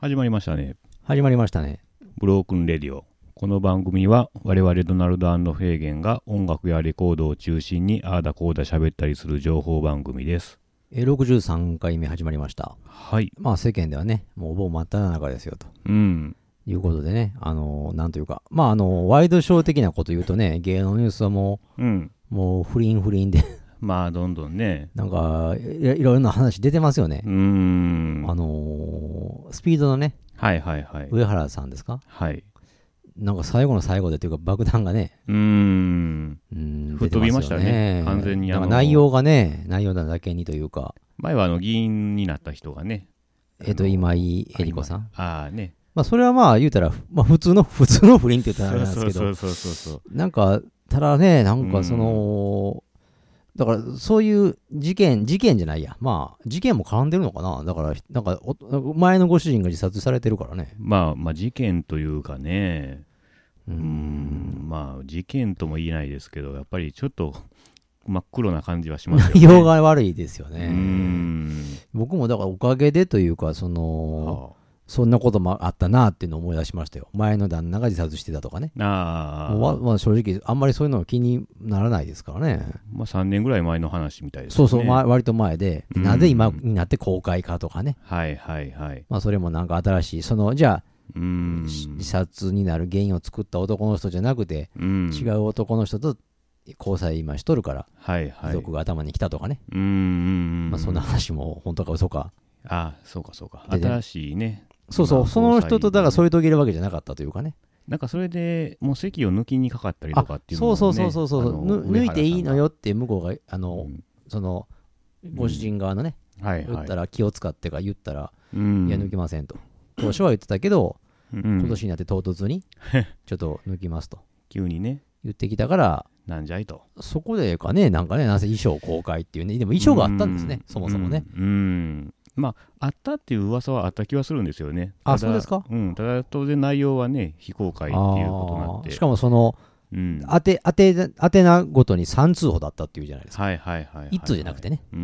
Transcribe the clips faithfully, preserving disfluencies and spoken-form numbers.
始まりましたね。 始まりましたね。 ブロークンレディオ。この番組は我々ドナルド&フェーゲンが音楽やレコードを中心にああだこうだ喋ったりする情報番組です。 ろくじゅうさんかいめ始まりました。 はい。 まあ世間ではね、もうお盆真っ只中ですよと。 うん。 いうことでね、あのー、なんというか、まああのー、ワイドショー的なこと言うとね、芸能ニュースはもう、うん、もう不倫不倫で。 まあどんどんね。 なんかい、いろいろな話出てますよね。 うーん。 あのー、スピードのね、 はいはいはい。 上原さんですか？ はい。 なんか最後の最後でというか爆弾がね、 うーん。うん。吹っ飛びましたね。完全にあの。 なんか内容がね、内容だけにというか。 前はあの議員になった人がね。 えっと、今井絵理子さん。 ああね。 まあそれはまあ言うたら、まあ普通の、普通の不倫って言ったらあれなんですけど。 そうそうそうそうそう。 なんか、ただね、なんかその、だからそういう事件、事件じゃないや。まあ、事件も絡んでるのかな。だから、なんか、前のご主人が自殺されてるからね。 まあ、まあ事件というかね。 うーん。 まあ、事件とも言えないですけど、やっぱりちょっと真っ黒な感じはしますよね。 内容が悪いですよね。 うーん。 僕もだからおかげでというか、その、はあ、そんなこともあったなっていうのを思い出しましたよ。前の旦那が自殺してたとかね。ああ。まあ正直、あんまりそういうのは気にならないですからね。 まあさんねんぐらい前の話みたいですね。 そうそう、まあ、割と前で、なぜ今になって公開かとかね。 はいはいはい。 まあそれもなんか新しい、その、じゃあ、 うーん自殺になる原因を作った男の人じゃなくて、うん、違う男の人と交際今しとるから、はいはい、遺族が頭に来たとかね。うーん。まあそんな話も本当か嘘か。 ああ、そうかそうか。新しいね。 そうそう、その人とだから添い遂げるわけじゃなかったというかね。 なんかそれでもう席を抜きにかかったりとかっていうのも、ね、 そうそうそうそうそう、抜いていいのよって向こうがあの、うん、そのご主人側のね、うん、はいはい、言ったら気を使ってか言ったら、うん、いや抜きませんと当初は言ってたけど、うん、今年になって唐突にちょっと抜きますと急にね言ってきたからなんじゃいとそこでかねなんかねなぜ衣装公開っていうねでも衣装があったんですね、うん、そもそもね。 うん、うんまあ、あったっていう噂はあった気はするんですよね。 あ、そうですか。 うん、ただ当然内容はね非公開っていうことになって、 しかもその、うん、当て当て当てなごとにさん通報だったっていうじゃないですか。 はいはいはいはい、はい、 いち通じゃなくてね。 うん。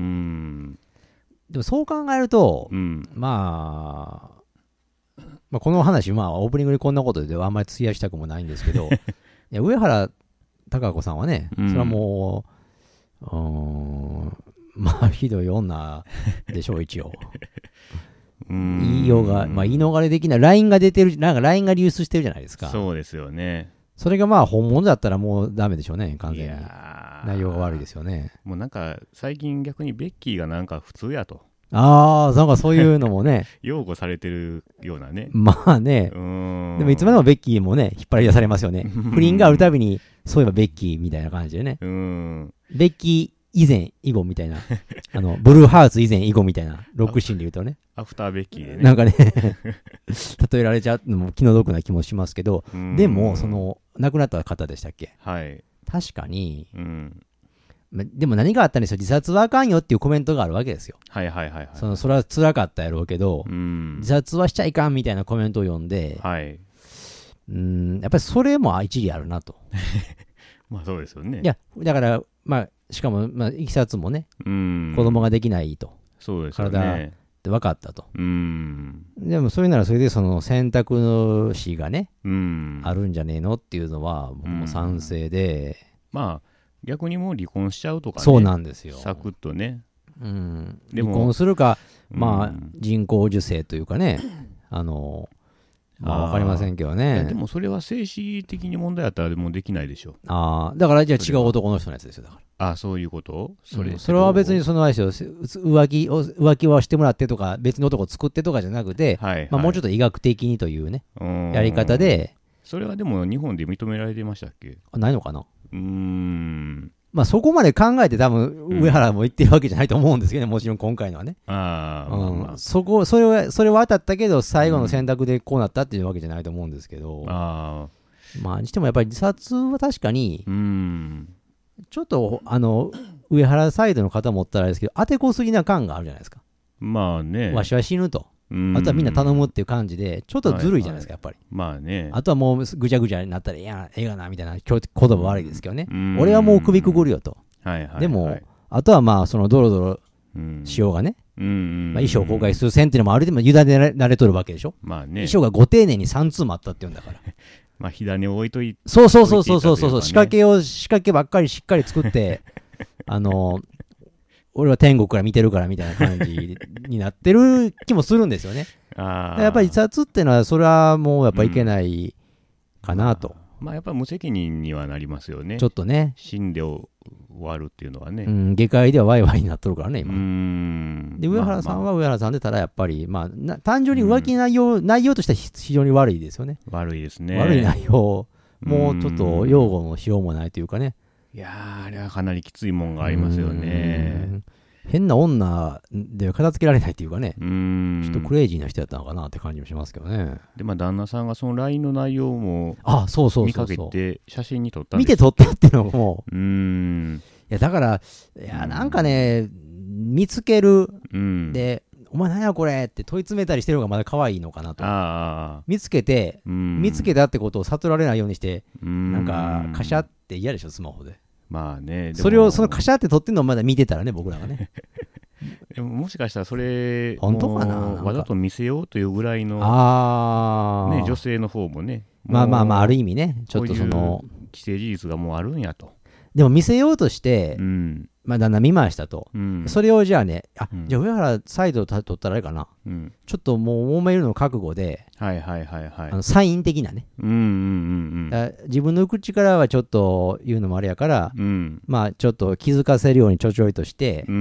でもそう考えると、うん、まあ、まあこの話まあオープニングにこんなことではあんまり費やしたくもないんですけど、いや上原貴子さんはね、うん、それはもう、うーん。まあひどい女でしょう一応言いようがまあ言い逃れできない ライン が出てるなんか ライン が流出してるじゃないですか。 そうですよね。 それがまあ本物だったらもうダメでしょうね完全に。内容が悪いですよね。 もうなんか最近逆にベッキーがなんか普通やとああなんかそういうのもね擁護されてるようなね。 まあねうーんでもいつまでもベッキーもね引っ張り出されますよね不倫があるたびにそういえばベッキーみたいな感じでね。うーんベッキー以前以後みたいなあのブルーハーツ以前以後みたいなロックシーンで言うとねアフターベッキーでねなんかね例えられちゃうのも気の毒な気もしますけどでもその亡くなった方でしたっけ。はい確かに、うんま、でも何があったんですよ自殺はあかんよっていうコメントがあるわけですよ。 はいはいはい、はい、 そのそれは辛かったやろうけどうん自殺はしちゃいかんみたいなコメントを読んではいうんやっぱりそれも一理あるなとまあそうですよね。 いやだからまあしかも、まあ、いきさつもね、うん子供ができないと。 そうですよね。 体って分かったと。うんでもそれならそれでその選択の肢がね、うんあるんじゃねえのっていうのは僕も賛成で。 まあ逆にもう離婚しちゃうとかね。 そうなんですよ。 サクッとね。 うん、離婚するか、まあ人工授精というかね、あの、まあ、わかりませんけどね。 でもそれは精神的に問題あったらもうできないでしょ。 ああ、だからじゃあ違う男の人のやつですよだから。 ああ、そういうことそれ、 うん、それは別にそのあれですよ浮気を浮気はしてもらってとか別の男を作ってとかじゃなくて、はいはい、まあ、もうちょっと医学的にというねやり方で。 それはでも日本で認められてましたっけ。 あないのかな。 うーんまあそこまで考えて多分上原も言ってるわけじゃないと思うんですけどね、もちろん今回のはね。あ、うんまあまあ、そこそれはそれは当たったけど最後の選択でこうなったっていうわけじゃないと思うんですけど、うん、あまあにしてもやっぱり自殺は確かにうんちょっとあの上原サイドの方もおったらあれですけど当てこすぎな感があるじゃないですか。 まあねわしは死ぬとあとはみんな頼むっていう感じでちょっとずるいじゃないですか、やっぱり。 まあね。あとはもうぐちゃぐちゃになったらいやええがなみたいな言葉悪いですけどね。俺はもう首くぐるよと。はいはいはい、でもあとはまあそのドロドロしようがね、 うんうんうん、まあ、衣装を公開する線っていうのもある程度委ねられとるわけでしょ。 まあね、 衣装がご丁寧にさん通もあったっていうんだから。 まあ火種を置いといて、 そうそうそうそうそうそう、ね、仕掛けを仕掛けばっかりしっかり作ってあの俺は天国から見てるからみたいな感じになってる気もするんですよね。あやっぱり自殺っていうのはそれはもうやっぱいけないかなと、うん、まあ、まあやっぱ無責任にはなりますよね。 ちょっとね、 死んで終わるっていうのはね、 うん、下界ではワイワイになっとるからね今。うーんで上原さんは上原さんでただやっぱりまあな単純に浮気内容、うん、内容としては非常に悪いですよね。 悪いですね。 悪い内容、もうちょっと擁護のしようもないというかね。 いやーあれはかなりきついもんがありますよね。 変な女で片付けられないっていうかね、うーんちょっとクレイジーな人やったのかなって感じもしますけどね。 でまあ旦那さんがその ライン の内容もあそうそうそうそう見かけて写真に撮ったんです見て撮ったっていうのもうーんいやだからいやなんかね見つける、うん、でお前何やこれって問い詰めたりしてるのがまだ可愛いのかなと。あ見つけて、うん、見つけたってことを悟られないようにして、うん、なんかカシャって嫌でしょスマホで。 まあね、 それをそのカシャって撮ってんのをまだ見てたらね僕らがねでももしかしたらそれ本当かな、 わざと見せようというぐらいのあ、ね、女性の方もねまあまあまあある意味ねちょっとその既成事実がもうあるんやと。 でも見せようとして、うんまあ、だんだん見ましたと、うん、それをじゃあねあ、うん、じゃあ上原サイドを取ったらあれかな、うん、ちょっともう揉めるの覚悟で、はいはいはいはい、あのサイン的なね、うんうんうんうん、自分の口からはちょっと言うのもあれやから、うん、まあちょっと気づかせるようにちょちょいとして、うんうん、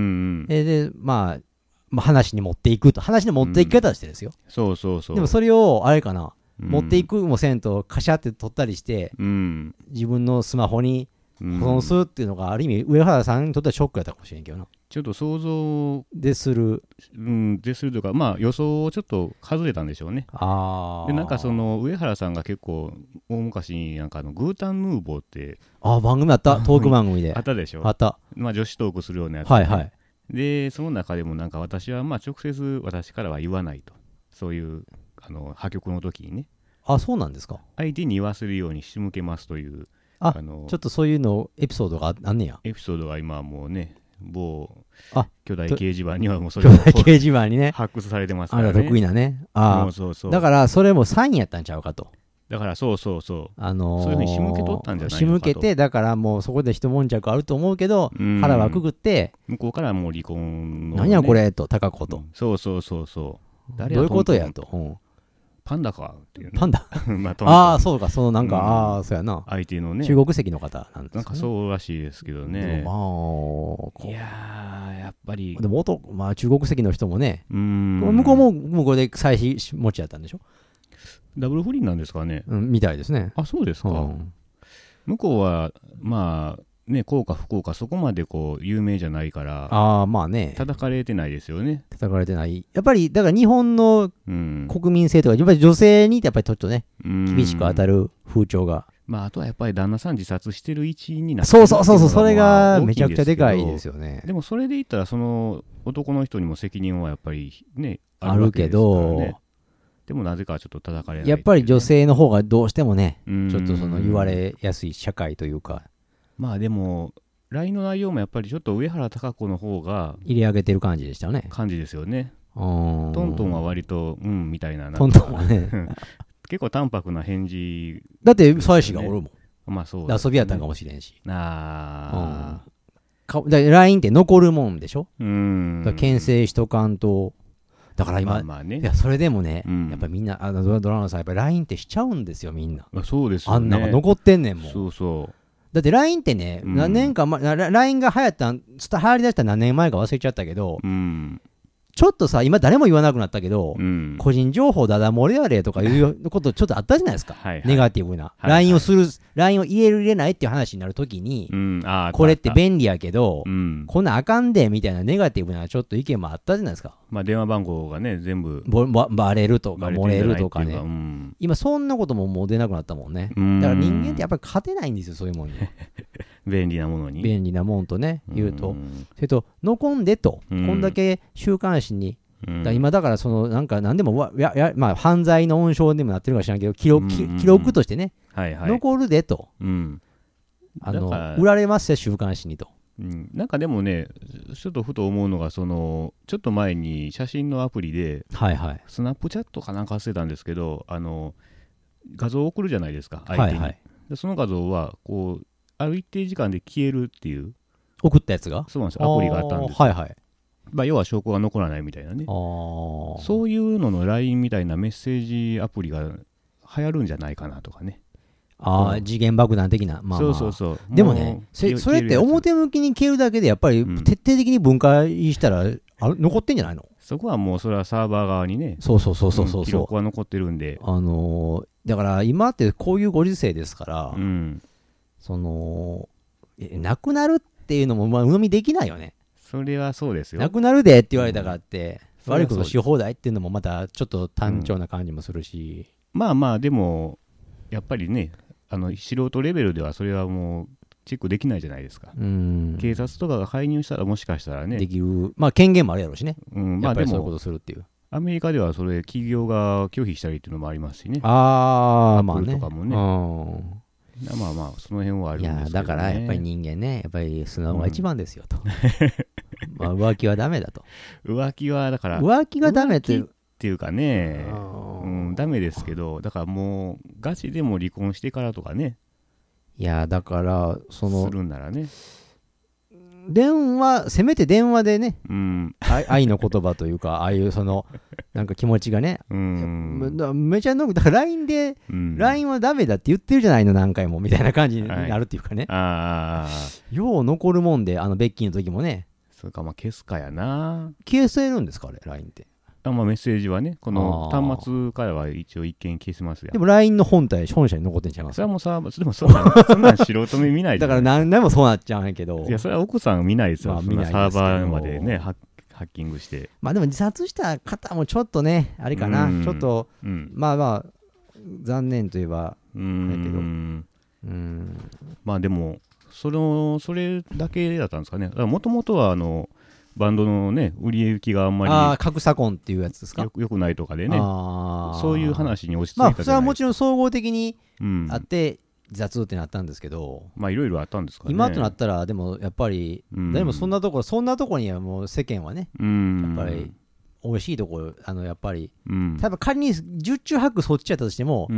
で, で、まあ、まあ話に持っていくと話に持っていき方してですよ、うん、そうそうそう。でもそれをあれかな、うん、持っていくもせんとカシャって取ったりして、うん、自分のスマホに保存するっていうのがある意味上原さんにとってはショックやったかもしれんけどな。 ちょっと想像でする、 うん、でするというかまあ予想をちょっと外れたんでしょうね。あでなんかその上原さんが結構大昔になんかあのグータンヌーボーってあ番組あったトーク番組であったでしょ。 あったまあ女子トークするようなやつ、ね、はいはい。でその中でもなんか私はまあ直接私からは言わないとそういうあの破局の時にね。 あそうなんですか。 相手に言わせるように仕向けますというああのちょっとそういうのエピソードがあんねや。 エピソードが今はもうね某巨大掲示板にはもうそれ巨大掲示板にね発掘されてますからね。 あら得意なね。あそうそうそう。だからそれもサインやったんちゃうかと。 だからそうそうそう、あのー、そういうふうに仕向け取ったんじゃないのかと。仕向けてだからもうそこで一悶着あると思うけど腹はくぐって向こうからもう離婚の、 ね、何やこれと高子と、うん、 そうそうそうそう誰どういうことやと、うんパンダかっていう、ね、 パンダまあ、ああそうかそのなんか、うん、ああそうやな相手のね中国籍の方なんですね。 なんかそうらしいですけどね。 でもまあいやーやっぱりでも元、まあ、中国籍の人もねうん向こうも向こうで妻子持ちやったんでしょ。 ダブル不倫なんですかね、 うん、みたいですね。 あそうですか、うん、向こうはまあね幸か不幸かそこまでこう有名じゃないからああまあね叩かれてないですよね。 叩かれてないやっぱりだから日本の国民性とか、うん、やっぱり女性にやっぱりちょっとね厳しく当たる風潮がまああとはやっぱり旦那さん自殺してる一因になってそうそうそうそうそれがめちゃくちゃでかいですよね。 でもそれで言ったらその男の人にも責任はやっぱりねあるわけですからね。あるけどでもなぜかちょっと叩かれない、ね、 やっぱり女性の方がどうしてもねちょっとその言われやすい社会というかまあでも ライン の内容もやっぱりちょっと上原貴子の方が入れ上げてる感じでしたね。 感じですよね。トントンは割とうんみたいなトントンはね結構淡白な返事だって妻子がおるもん。 まあそう、 ね、遊びやったんかもしれんしああ、うん、だ ライン って残るもんでしょ。うんだ牽制しとかんとだから今、まあまあね、いやそれでもね、うん、やっぱみんなあのドラマさんやっぱ ライン ってしちゃうんですよみんな。 あそうですよね。 あんなの残ってんねんもん。 そうそうだって ライン ってね、うん、何年か前 ライン が流行った流行りだした何年前か忘れちゃったけど、うん、ちょっとさ今誰も言わなくなったけど、うん、個人情報だだ漏れやれとかいうことちょっとあったじゃないですかはい、はい、ネガティブな、はいはい、ライン をする ライン を入れる入れないっていう話になるときに、うん、あこれって便利やけど、うん、こんなんあかんでみたいなネガティブなちょっと意見もあったじゃないですか。 まあ電話番号がね全部ばバレるとか漏れるとかね、うん、今そんなことももう出なくなったもんね。だから人間ってやっぱり勝てないんですよそういうもんに便利なものに便利なもんとね言うとそれと残んでとこんだけ週刊誌にだ今だからそのなんか何でもやや、まあ、犯罪の温床にもなってるか知らんけど記録、記録としてね、はいはい、残るでと、うん、あの売られますよ週刊誌にとうん、なんかでもねちょっとふと思うのがそのちょっと前に写真のアプリで、 はいはい、 スナップチャットかなんか忘れたんですけどあの画像を送るじゃないですか相手に、はいはい、でその画像はこうある一定時間で消えるっていう送ったやつがそうなんですアプリがあったんですよ、 はいはい、 まあ、要は証拠が残らないみたいなねあそういうのの ライン みたいなメッセージアプリが流行るんじゃないかなとかねああ、次元爆弾的な、まあまあ、 そうそうそうでもねそ、それって表向きに消えるだけでやっぱり徹底的に分解したら、うん、あ残ってんじゃないの？ そこはもうそれはサーバー側にねそうそうそうそうそう、うん、 記録は残ってるんで、 あのー、だから今ってこういうご時世ですから、 うん、 そのなくなるっていうのもまあ鵜呑みできないよね。 それはそうですよ。なくなるでって言われたからって、うん、悪いことし放題っていうのもまたちょっと単調な感じもするし、 うん、まあまあでもやっぱりねあの素人レベルではそれはもうチェックできないじゃないですか。うん警察とかが介入したらもしかしたらねできる、まあ権限もあるやろうしね、 うんまあ、やっぱりそういうことするっていう。 アメリカではそれ企業が拒否したりっていうのもありますしね。 ああまあね。とかもね、 うん、 まあまあその辺はあるんですけどね。 いやだからやっぱり人間ねやっぱり素直が一番ですよと、うんまあ浮気はダメだと。 浮気はだから浮気がダメってっていうかね、うん、ダメですけどだからもうガチでも離婚してからとかね。 いやだからそのするんならね電話せめて電話でね、 うん、 愛の言葉というかああいうそのなんか気持ちがね、うん、めちゃのだから ライン で、うん、ライン はダメだって言ってるじゃないの何回もみたいな感じになるっていうかね、はい、 あよう残るもんであのベッキーの時もねそれかまあ消すかやな消せるんですかあれ ライン ってあ、まあ、メッセージはねこの端末からは一応一見消せますよ。 でも ライン の本体本社に残ってんちゃいます。 それはもうサーバーでもそうなんそんなん素人目見ないだから何でもそうなっちゃうんやけどいやそれは奥さん見ないですよ、まあ、見ないですけどサーバーまでねハッキングしてまあでも自殺した方もちょっとねあれかなちょっと、うん、まあまあ残念といえばだけどうんまあでもそのそれだけだったんですかね。もともとはあのバンドのね売り行きがあんまりああ格差婚っていうやつですかよくよくないとかでねそういう話に落ち着いたじゃないですか。 まあそれはもちろん総合的にあって、うん自殺ってなったんですけどまあいろいろあったんですかね。 今となったらでもやっぱり、うん、でもそんなところそんなところにはもう世間はね、うん、やっぱり美味しいところあのやっぱり、うん、多分仮に十中八九そっちやったとしても、うん、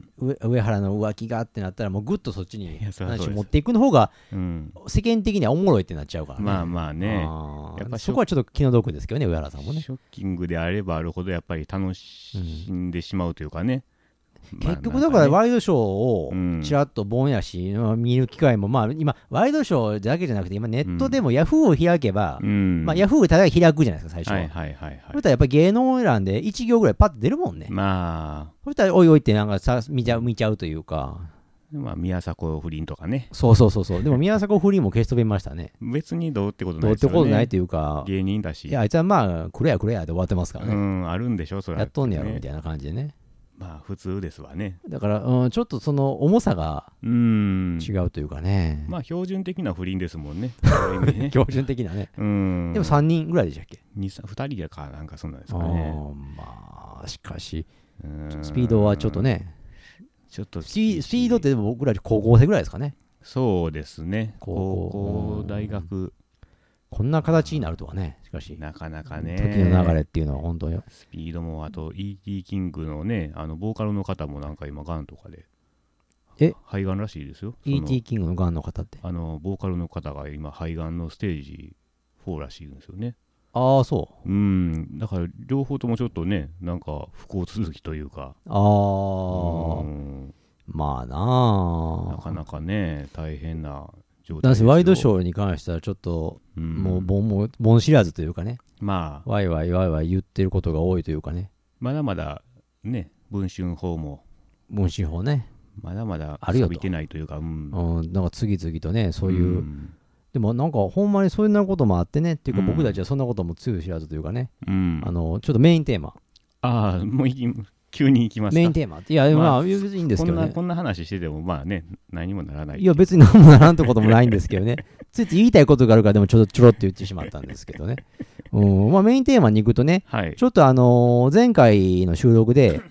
上, 上原の浮気がってなったらもうぐっとそっちに話を持っていくの方が、うん、世間的にはおもろいってなっちゃうからね。 まあまあねあやっぱそこはちょっと気の毒ですけどね上原さんもね。 ショッキングであればあるほどやっぱり楽しんでしまうというかね、 結局だからワイドショーをちらっとぼんやし見る機会もまあ今ワイドショーだけじゃなくて今ネットでもヤフーを開けば、うんまあ、ヤフーただ開くじゃないですか最初は。はいはいはいはい、そしたらやっぱり芸能欄でいち行ぐらいパッと出るもんね。まあそしたらおいおいってなんかさ見ちゃう見ちゃうというか。 まあ宮迫不倫とかね。 そうそうそうそうでも宮迫不倫も消し飛びましたね。 別にどうってことないですよね。 どうってことないというか芸人だしいやあいつはまあくれやくれやで終わってますからね。 うんあるんでしょそれ、ね、 やっとんねやろみたいな感じでね。 まあ普通ですわね。 だから、うん、ちょっとその重さが違うというかね。 まあ標準的な不倫ですもんね。 ね標準的なね。うんでもさんにんぐらいでしたっけ 2, ふたりでかなんかそんなんですかね。 まあしかしスピードはちょっとねちょっとスピードってでも僕ら高校生ぐらいですかね。 そうですね高校大学こんな形になるとはね。しかしなかなかね時の流れっていうのは本当にスピードもあと イーティー キングのねあのボーカルの方もなんか今ガンとかでえ肺がんらしいですよ。 イーティー キングのガンの方ってあのボーカルの方が今肺がんのステージフォーらしいんですよね。 ああそううんだから両方ともちょっとねなんか不幸続きというかああまあなあなかなかね大変ななんせワイドショーに関してはちょっと、うん、もうぼんもぼん知らずというかねまあワイワイワイワイ言ってることが多いというかねまだまだね文春法も文春法ねまだまだ遊びてないというか、うんうん、なんか次々とねそういう、うん、でもなんかほんまにそんなこともあってねっていうか、うん、僕たちはそんなこともつゆ知らずというかね、うん、あのちょっとメインテーマああもういき急に行きますか。 メインテーマっていや、まあ、まあ、別にいいんですけどね。 こんなこんな話しててもまあね何もならない。 いや別に何もならんってこともないんですけどねついつい言いたいことがあるからでもちょっとちょろっと言ってしまったんですけどね、うんまあ、メインテーマに行くとね、はい、ちょっとあのー、前回の収録で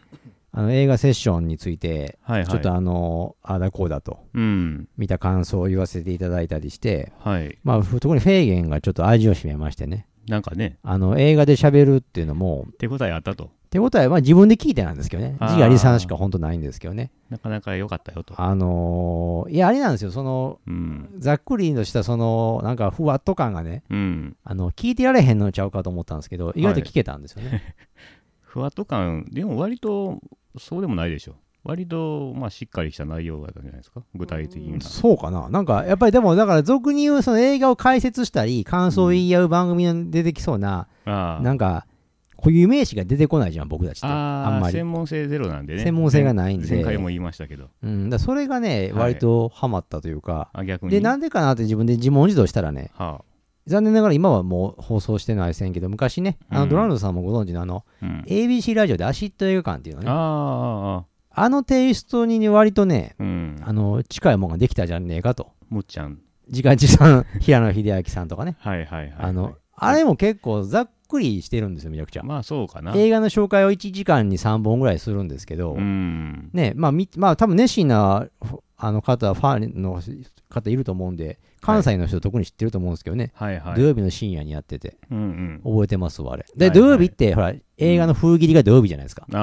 あの映画セッションについて、 はいはい、 ちょっとあのああだこうだと、うん、見た感想を言わせていただいたりして、はいまあ、特にフェーゲンがちょっと味を占めましてね、 なんかね、 あの映画で喋るっていうのも手応えあったと。 手応えは自分で聞いてなんですけどね、字ありさんしか本当ないんですけどね、 なかなか良かったよと。 あのー、いや、あれなんですよ、その、うん、ざっくりとしたそのなんかふわっと感がね、うん、あの聞いてやれへんのちゃうかと思ったんですけど、意外と聞けたんですよね。はい、 ふわっと感、でも割とそうでもないでしょ。割とまあしっかりした内容だったんじゃないですか、具体的に。 うん、そうかな、なんかやっぱりでも、だから俗に言うその映画を解説したり、感想を言い合う番組に出てきそうな、うん、なんか、固有名詞が出てこないじゃん、僕たちって。あ, あんまり。 専門性ゼロなんでね。 専門性がないんで。 前回も言いましたけど。 うん、だそれがね、はい、割とハマったというか。 あ、逆に。 で、なんでかなって自分で自問自答したらね、はあ、残念ながら今はもう放送してないせんけど、昔ね、あのドランドさんもご存知のあの、うん、エービーシー ラジオでアシッド映画館っていうのね。ああのテイストに割とね、うん、あの近いものができたじゃねえかと。 むっちゃん。 自画自賛、平野秀明さんとかね。 はいはいはい、はい。 あの、あれも結構ざっくりしてるんですよ、めちゃくちゃ。 まあそうかな。 映画の紹介をいちじかんにさんぼんぐらいするんですけど、うんね、まあ、まあ、多分熱心なあの方、ファンの方いると思うんで、関西の人特に知ってると思うんですけどね、はいはい、土曜日の深夜にやってて、うんうん、覚えてますわ、あれ。で、はいはい、土曜日って、ほら、映画の封切りが土曜日じゃないですか。うん、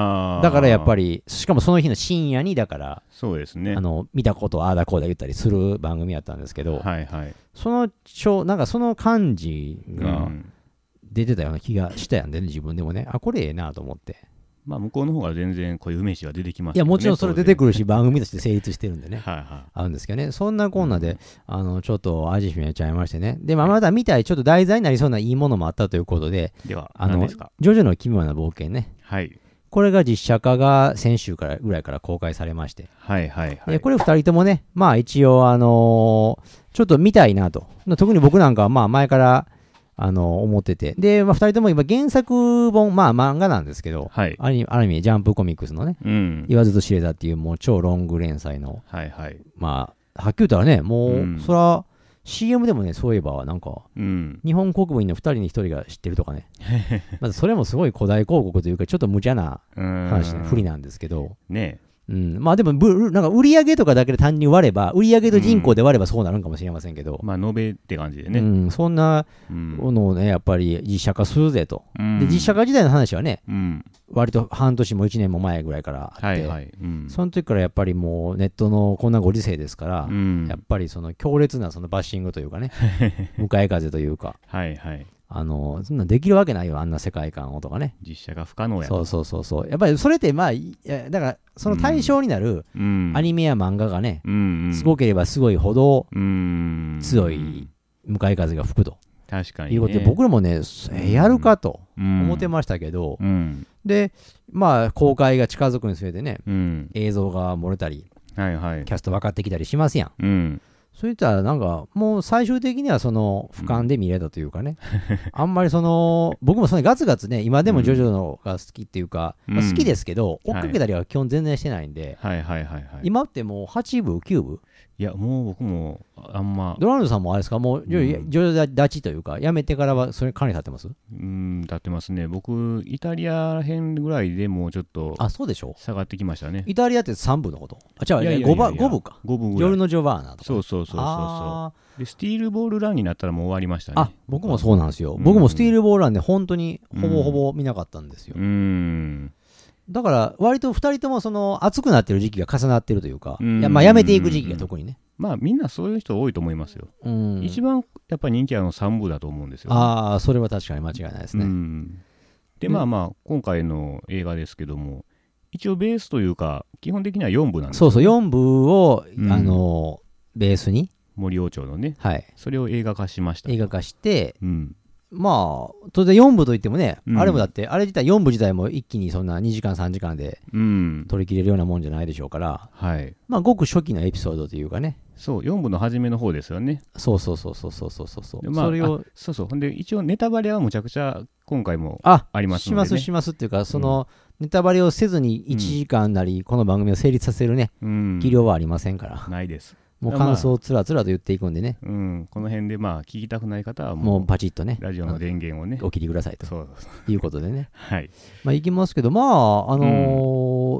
だからやっぱり、しかもその日の深夜に、だから、 そうですね。 あの、見たことああだこうだ言ったりする番組やったんですけど、はいはい、そのちょ、なんかその感じが出てたような気がしたやんでね、自分でもね、あ、これええなと思って。 まあ向こうの方が全然こういう名詞が出てきます、ね、 いやもちろんそれ出てくるし番組として成立してるんでねはい、はい、あるんですけどね、そんなこんなで、うん、あのちょっと味しめちゃいましてね、で、まあ、まだ見たいちょっと題材になりそうないいものもあったということで、 ではあの何ですか。 ジョジョの奇妙な冒険ね、はい、これが実写化が先週からぐらいから公開されまして、はいはいはい、でこれふたりともね、まあ一応あのー、ちょっと見たいなと、特に僕なんかはまあ前からあの思ってて、で、まあ、ふたりとも今原作本、まあ漫画なんですけど、はい、ある意味ジャンプコミックスのね、うん、言わずと知れたっていうもう超ロング連載の、はいはい、まあはっきり言ったらね、もう、うん、そら シーエム でもね、そういえばなんか、うん、日本国民のふたりにひとりが知ってるとかねまずそれもすごい古代広告というかちょっと無茶な話ね、不利なんですけどね。うん、まあでもぶなんか売上とかだけで単に割れば、売上と人口で割ればそうなるんかもしれませんけど、 うん、まあ延べって感じでね、 うん、そんなのをねやっぱり実写化するぜと、うん、で実写化時代の話はね、うん、割と半年もいちねんも前ぐらいからあって、はいはい、うん、その時からやっぱりもうネットのこんなご時世ですから、うん、やっぱりその強烈なそのバッシングというかね向かい風というかはいはいあのそんなできるわけないよ、あんな世界観をとかね、 実写が不可能やそうそうそうそう、やっぱりそれってまあだからその対象になるアニメや漫画がね、うんうん、すごければすごいほど強い向かい風が吹くと確かに、ね、いうことで僕らもねやるかと思ってましたけど、うん、でまあ公開が近づくにつれてね、うん、映像が漏れたり、はいはい、キャスト分かってきたりしますやん、うんそういったらなんかもう最終的にはその俯瞰で見れたというかね、うん、あんまりその僕もそのガツガツね今でもジョジョのが好きっていうか、うんまあ、好きですけど、うん、追っかけたりは基本全然してないんで、はいはいはいはい、今ってもうはちぶきゅうぶいやもう僕もあんまドランドさんもあれですかもうジョジョ立ちというかやめてからはそれかなり経ってます？ うん経ってますね。僕イタリア編ぐらいでもうちょっとあそうでしょ下がってきましたね。 イタリアってさんぶのことあ違ういやいやいやいやごぶかごぶぐらい夜のジョバーナとかそうそうそうそうそうでスティールボールランになったらもう終わりましたね。 あ僕もそうなんですよ、うん、僕もスティールボールランで本当にほぼほぼ見なかったんですよ。うんだから割とふたりともその熱くなってる時期が重なってるというか、いやまあやめていく時期が特にね、 まあみんなそういう人多いと思いますよ。うん一番やっぱり人気はあのさんぶだと思うんですよ、ね、 ああそれは確かに間違いないですね。 うんでまあまあ今回の映画ですけども一応ベースというか基本的にはよんぶなんですよ、ね、 そうそうよんぶを、うん、あのベースに森王朝のね、はい、それを映画化しました。 映画化して、うん、まあ当然よんぶといってもね、うん、あれもだってあれ自体よんぶ自体も一気にそんなにじかんさんじかんで取り切れるようなもんじゃないでしょうから、うん、はい、まあごく初期のエピソードというかね、 そうよんぶの初めの方ですよね。 そうそうそうそうそうそうそう、 まあ、それをそうそうほんで一応ネタバレはむちゃくちゃ今回もありますので、ね、 しますしますっていうかその、うん、ネタバレをせずにいちじかんなり、うん、この番組を成立させるね、うん、技量はありませんから。 ないです。 もう感想をつらつらと言っていくんでね、 まあうん、この辺でまあ聞きたくない方はもう、もうパチッとねラジオの電源をねお切りくださいとそういうことでねはいまあいきますけどまああのー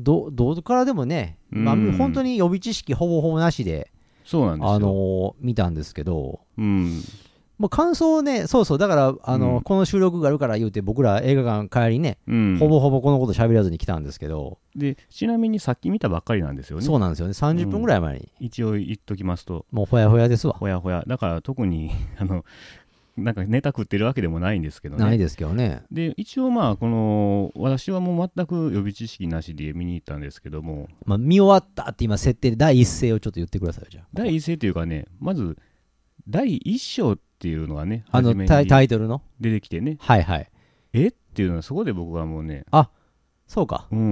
どどうからでもね、まあ、本当に予備知識ほぼほぼなしで、 そうなんですよ、 あのー、見たんですけど、 うん、 もう感想ね、そうそう、だから、あのーうん、この収録があるから言うて、僕ら映画館帰りね、うん、ほぼほぼこのこと喋らずに来たんですけど、 でちなみにさっき見たばっかりなんですよね。 そうなんですよね、さんじゅっぷんぐらい前に、 うん、一応言っときますと、 もうほやほやですわ。 ほやほや、だから特にあのなんかネタ食ってるわけでもないんですけどね。 ないですけどね。 で一応まあこの私はもう全く予備知識なしで見に行ったんですけども、 まあ、見終わったって今設定で第一声をちょっと言ってください。じゃあ第一声というかね、まず第一章っていうのがね、 あのタイタイトルの出てきてね、 はいはい、 えっていうのはそこで僕はもうね、 あそうか、 うん、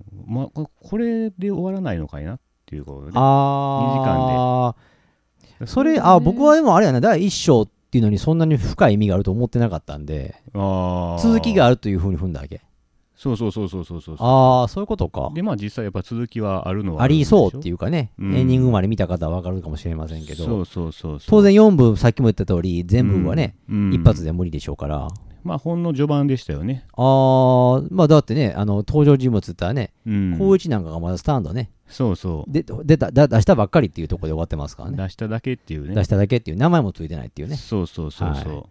まあこれで終わらないのかいなっていうことで、 あにじかんでそれ、あ僕はでもあれやな、第一章っていうのにそんなに深い意味があると思ってなかったんで、あ続きがあるというふうに踏んだわけ。 そうそうそうそうそうそう、 ああそういうことか。 でまあ実際やっぱ続きはあるのはありそうっていうかね、うん、エンディングまで見た方は分かるかもしれませんけど、 そうそうそうそう、 当然よんぶさっきも言った通り全部はね、うん、一発で無理でしょうから、 まあほんの序盤でしたよね。 ああまあだってね、あの登場人物って言ったらね、光一、うん、なんかがまだスタンドね、 そうそうで出た出したばっかりっていうところで終わってますからね。 出しただけっていうね、 出しただけっていう名前もついてないっていうね。 そうそうそうそう、はい、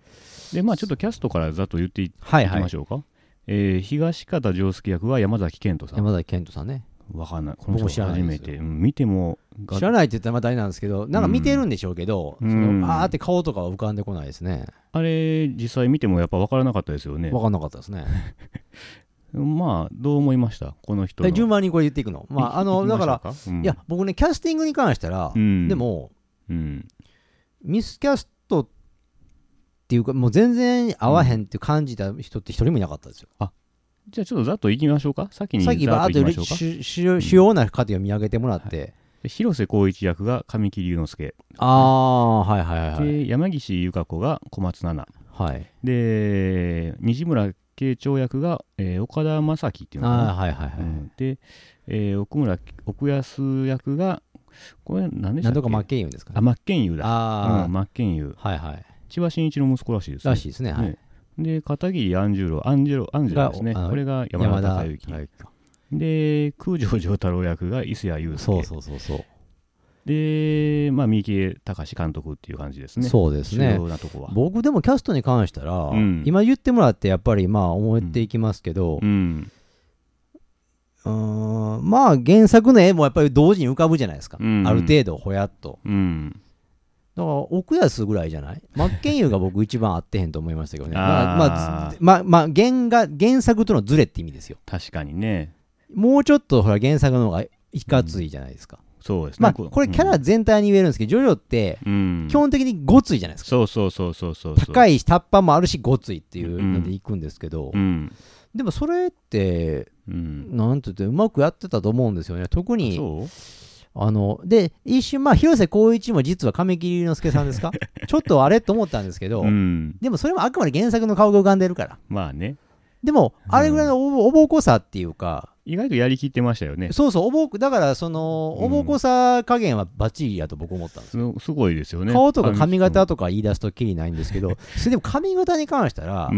でまあちょっとキャストからざっと言っていきましょうか。はいはい、えー、東方丈介役は山崎賢人さん。 山崎賢人さんね。 わかんない。この人初めて、うん、見ても知らないって言ったらまたあれなんですけど、なんか見てるんでしょうけど、うん、そのあーって顔とかは浮かんでこないですね。 あれ実際見てもやっぱ分からなかったですよね。 分からなかったですね。 まあどう思いましたこの人の。 順番にこれ言っていくの。まああのだから、うん、いや僕ねキャスティングに関したら、うん、でも、うん、ミスキャストっていうかもう全然合わへんって感じた人って一人もいなかったですよ。 あじゃあちょっとざっといきましょうか。先にざっといきましょうか。 主要な方を見上げてもらって、 はい、広瀬光一役が神木隆之介、 ああはいはいはい、 で山岸由香子が小松菜奈、はい、で西村慶長役が、えー、岡田将生っていうのかな、あはいはいはい、うん、で、えー、奥村奥安役がこれ何でしたっけ。 何とか真剣佑ですかね。 あ真剣佑だ。 あ、 うん、真剣佑、 はいはい、 千葉真一の息子らしいですね。 らしいですね。はい。 ねで片桐アンジュロアンジェロアンジェロですね。これが山田孝之、はい、で空城城太郎役が伊勢谷友介、 そうそうそうそう、 でまあ三池崇監督っていう感じですね。 そうですね。 主要なとこは僕でもキャストに関したら、うん、今言ってもらってやっぱりまあ思っていきますけど、うんうん、うーんまあ原作の絵もやっぱり同時に浮かぶじゃないですか、うん、ある程度ほやっと、うんだから奥安ぐらいじゃない。真剣佑が僕一番合ってへんと思いましたけどね。まあまあまあ、まあ、原が原作とのズレって意味ですよ。 確かにね。 もうちょっとほら原作の方がいかついじゃないですか。 うん、そうですね。 まあこれキャラ全体に言えるんですけど、ジョジョって基本的にごついじゃないですか。 そうそうそうそうそう。 高いしタッパもあるしごついっていうのでいくんですけど、うん、でもそれって、うん、なんて言ってうまくやってたと思うんですよね。特に。そうあので一瞬まあ広瀬光一も実は神木隆之介さんですかちょっとあれと思ったんですけど、うん、でもそれもあくまで原作の顔が浮かんでるからまあね。 でもあれぐらいのおぼこさっていうか、 うん、意外とやりきってましたよね。 そうそうおぼだからそのおぼこさ加減はバッチリやと僕思ったんですよ、 うん、すごいですよね。 顔とか髪型とか言い出すときりないんですけどそれでも髪型に関したら、うん、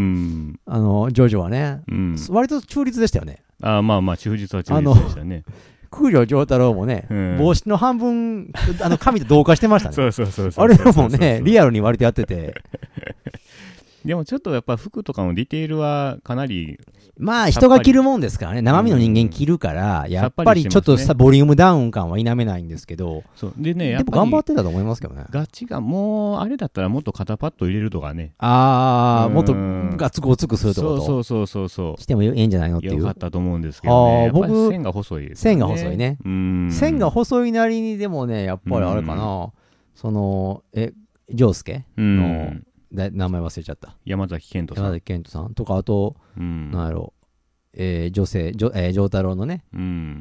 あのジョジョはね、うん、割と中立でしたよね。 あまあまあ中立は中立でしたね。 空城城太郎もね、うん、帽子の半分あの髪と同化してましたね。 そうそうそうそう。 あれもねリアルに割とやっててでもちょっとやっぱ服とかのディテールはかなりまあ人が着るもんですからね、生身の人間着るから、うん、やっぱりちょっとさ、ね、ボリュームダウン感は否めないんですけど、 そうでね、 でも頑張ってたと思いますけどね。 ガチがもうあれだったらもっと肩パッド入れるとかね、 ああもっとガツゴツくするとかそうそうそうそうしてもいいんじゃないのっていう。 よかったと思うんですけどね。あ僕線が細いです、ね、 線が細いね。うん線が細いなりにでもねやっぱりあれかな、そのえ丈介の名前忘れちゃった。 山崎賢人さん。 山崎賢人さんとか、あと、うん、なんやろ、えー、女性、じょえー、丈太郎のね、うん、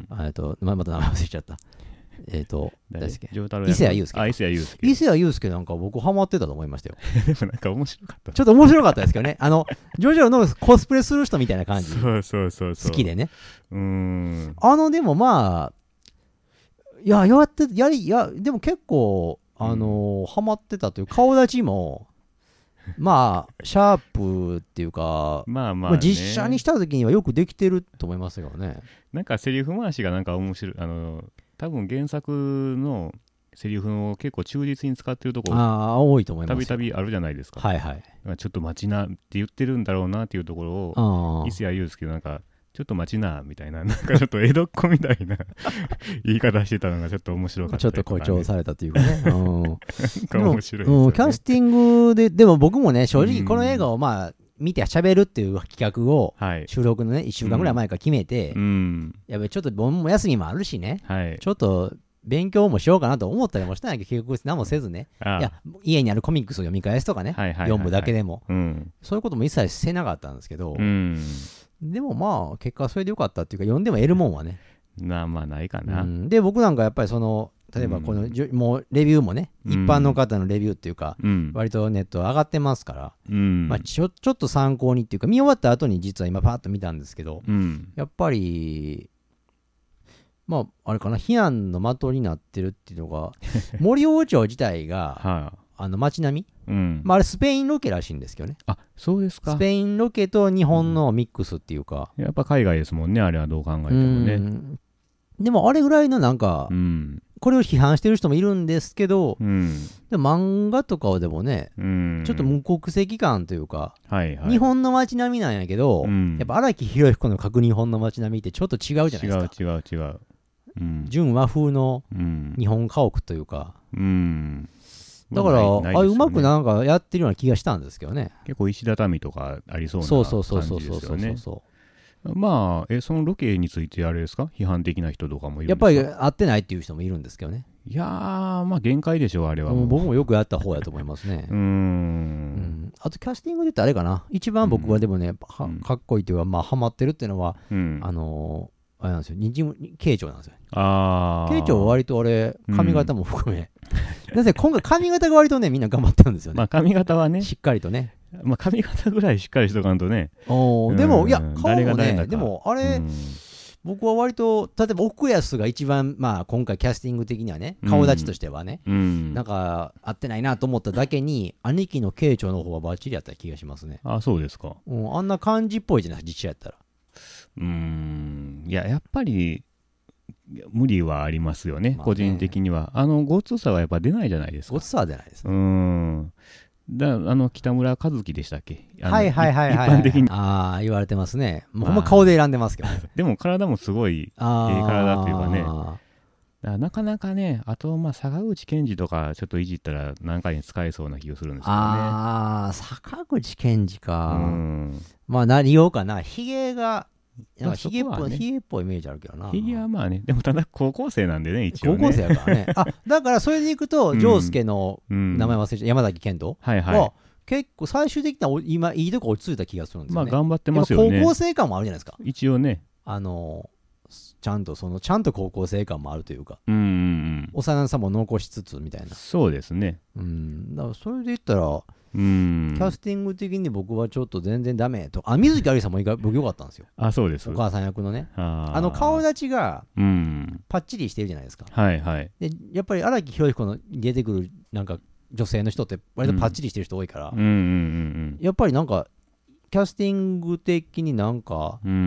あと、ま、また名前忘れちゃった。えっ、ー、と、誰ですか。伊勢谷友介。 あ、伊勢谷友介。 伊勢谷友介なんか僕ハマってたと思いましたよ。 でもなんか面白かった。 ちょっと面白かったですけどね。あの、ジョジョのコスプレする人みたいな感じ。 そうそうそうそう。 好きでね。 うーん。 あの、でもまあ、いや、やって、やり、いや、でも結構、あのーうん、ハマってたという顔立ちも、 まあシャープっていうかまあまあ、ね、 実写にした時にはよくできてると思いますよね。 なんかセリフ回しがなんか面白い、あの多分原作のセリフを結構忠実に使ってるところあ多いと思います。 たびたびあるじゃないですか。 はいはい。 ちょっと待ちなって言ってるんだろうなっていうところを伊勢谷友介のなんかちょっと待ちなみたいな、なんかちょっと江戸っ子みたいな言い方してたのがちょっと面白かった、ね、 ちょっと誇張されたというかね。うん、なんか面白いですよね、 うん。キャスティングで、でも僕もね、正直この映画をまあ、見て喋るっていう企画を、収録のね、いっしゅうかんぐらい前から決めて、うん、やっぱりちょっと僕も休みもあるしね、はい、ちょっと勉強もしようかなと思ったりもしたんやけど、結局何もせずね、いや家にあるコミックスを読み返すとかね、はいはいはいはい、読むだけでも、うん、そういうことも一切してなかったんですけど、うん、でもまあ結果それでよかったっていうか、読んでも得るもんはね、 なまあないかな、うん、 で僕なんかやっぱりその例えばこの、うん、もうレビューもね、うん、一般の方のレビューっていうか、うん、割とネット上がってますから、うんまあ、ちょちょっと参考にっていうか、見終わった後に実は今パーッと見たんですけど、うん、やっぱりまああれかな、避難の的になってるっていうのが森王朝自体が、はあ、あの街並み、うんまあ、あれスペインロケらしいんですけどね。 あ、そうですか。 スペインロケと日本のミックスっていうか、 うん、やっぱ海外ですもんね、あれはどう考えてもね。うん、 でもあれぐらいのなんか、うん、これを批判してる人もいるんですけど、うん、で漫画とかでもね、うん、ちょっと無国籍感というか、はいはい、日本の街並みなんやけど、うん、やっぱ荒木博彦の書く日本の街並みってちょっと違うじゃないですか。 違う違う違う。 うん、純和風の日本家屋というか、うん、だから、ね、あうまくなんかやってるような気がしたんですけどね。 結構石畳とかありそうな感じですよね。まあえそのロケについてあれですか、批判的な人とかもいるんですか。 やっぱり合ってないっていう人もいるんですけどね。 いやーまあ限界でしょうあれはもう、 うん、僕もよくやった方やと思いますね。うーん、うん、あとキャスティングで言ったらあれかな、一番僕はでもね、うん、かっこいいというかまあハマってるっていうのは、うん、あのーあれなんですよ、日慶長なんですよ。あ慶長は割とあれ髪型も含め、うん、なぜ今回髪型が割とねみんな頑張ってるんですよね。 まあ髪型はねしっかりとね、 まあ髪型ぐらいしっかりしとかんとね。 おでもいや顔もね、でもあれ、うん、僕は割と例えば奥安が一番まあ今回キャスティング的にはね顔立ちとしてはね、うん、なんか合ってないなと思っただけに兄貴の慶長の方はバッチリやった気がしますね。 あそうですか、 うん、あんな感じっぽいじゃない実写やったら。 うーんいややっぱり無理はありますよね、まあね個人的には。あのごつさはやっぱ出ないじゃないですか。 ごつさは出ないですね。 うーんだあの北村和樹でしたっけ、 はいはいはいはい、はい、一般的にああ言われてますね。もうほんま顔で選んでますけど、ね、 でも体もすごいええ体というかね、だなかなかね、あとまあ坂口健二とかちょっといじったら何かに使えそうな気がするんですけどね。 ああ坂口健二か、うんまあ何言おうかな、ヒゲがなんかヒゲっぽい、ね、ヒゲっぽいイメージあるけどな。 ヒゲはまあね、でもただ高校生なんでね、一応ね。 高校生やからね。あ、だからそれでいくと、丈介の名前忘れちゃう、山崎賢人はいはい。 結構最終的には今いいとこ落ち着いた気がするんですよね。 まあ頑張ってますよね。 高校生感もあるじゃないですか。 一応ね。 あの、ちゃんとその、ちゃんと高校生感もあるというか。うんうんうん。幼さも残しつつみたいな。 そうですね。 うん。だからそれで言ったら、うんキャスティング的に僕はちょっと全然ダメと。あ、水木有りさんも僕良かったんですよ。 あ、そうです。 お母さん役のね。あ, あの顔立ちがパッチリしてるじゃないですか。 はいはい。 でやっぱり荒木博彦の出てくるなんか女性の人って割とパッチリしてる人多いから、うんうんうんうん、やっぱりなんかキャスティング的になんか、うん、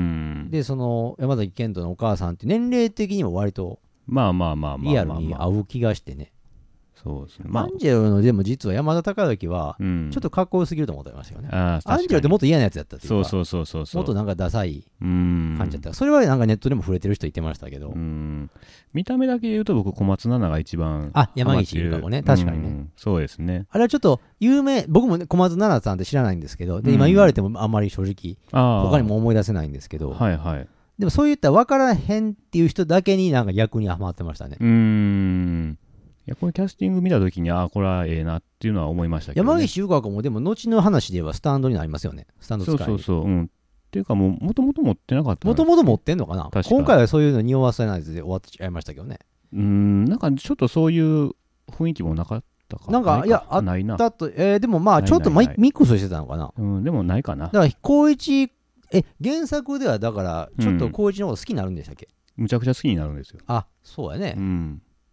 でその山崎賢人のお母さんって年齢的にも割とまあまあまあまあリアルに合う気がしてね。 そうですね、 まあ、アンジェロのでも実は山田孝之はちょっとかっこよすぎると思ってましたよね、うん、あアンジェロってもっと嫌なやつやったっていうか、 そうそうそうそうそうもっとなんかダサい感じだった。それはなんかネットでも触れてる人言ってましたけど、うん見た目だけ言うと僕小松菜奈が一番あ山岸優香もね確かにね、うん、 そうですね。 あれはちょっと有名、僕も、ね、小松菜奈さんって知らないんですけどで今言われてもあんまり正直、うん、他にも思い出せないんですけど、はいはい、でもそういった分からへんっていう人だけになんか逆にハマってましたね。うーんいやこれキャスティング見たときにああこれはええなっていうのは思いましたけど、ね、 山岸優香もでも後の話で言えばスタンドになりますよね。スタンド使い。 そうそうそう、うん、っていうかもうもともと持ってなかったもともと持ってんのかな。今回はそういうの匂わせないで終わっちゃいましたけどね。 うーんなんかちょっとそういう雰囲気もなかったかなんかいやあったと、えー、でもまあちょっとミックスしてたのかな。 うん、でもないかな。 だから光一え原作ではだからちょっと光一の方が好きになるんでしたっけ、 うん、むちゃくちゃ好きになるんですよ。 あそうやね、うん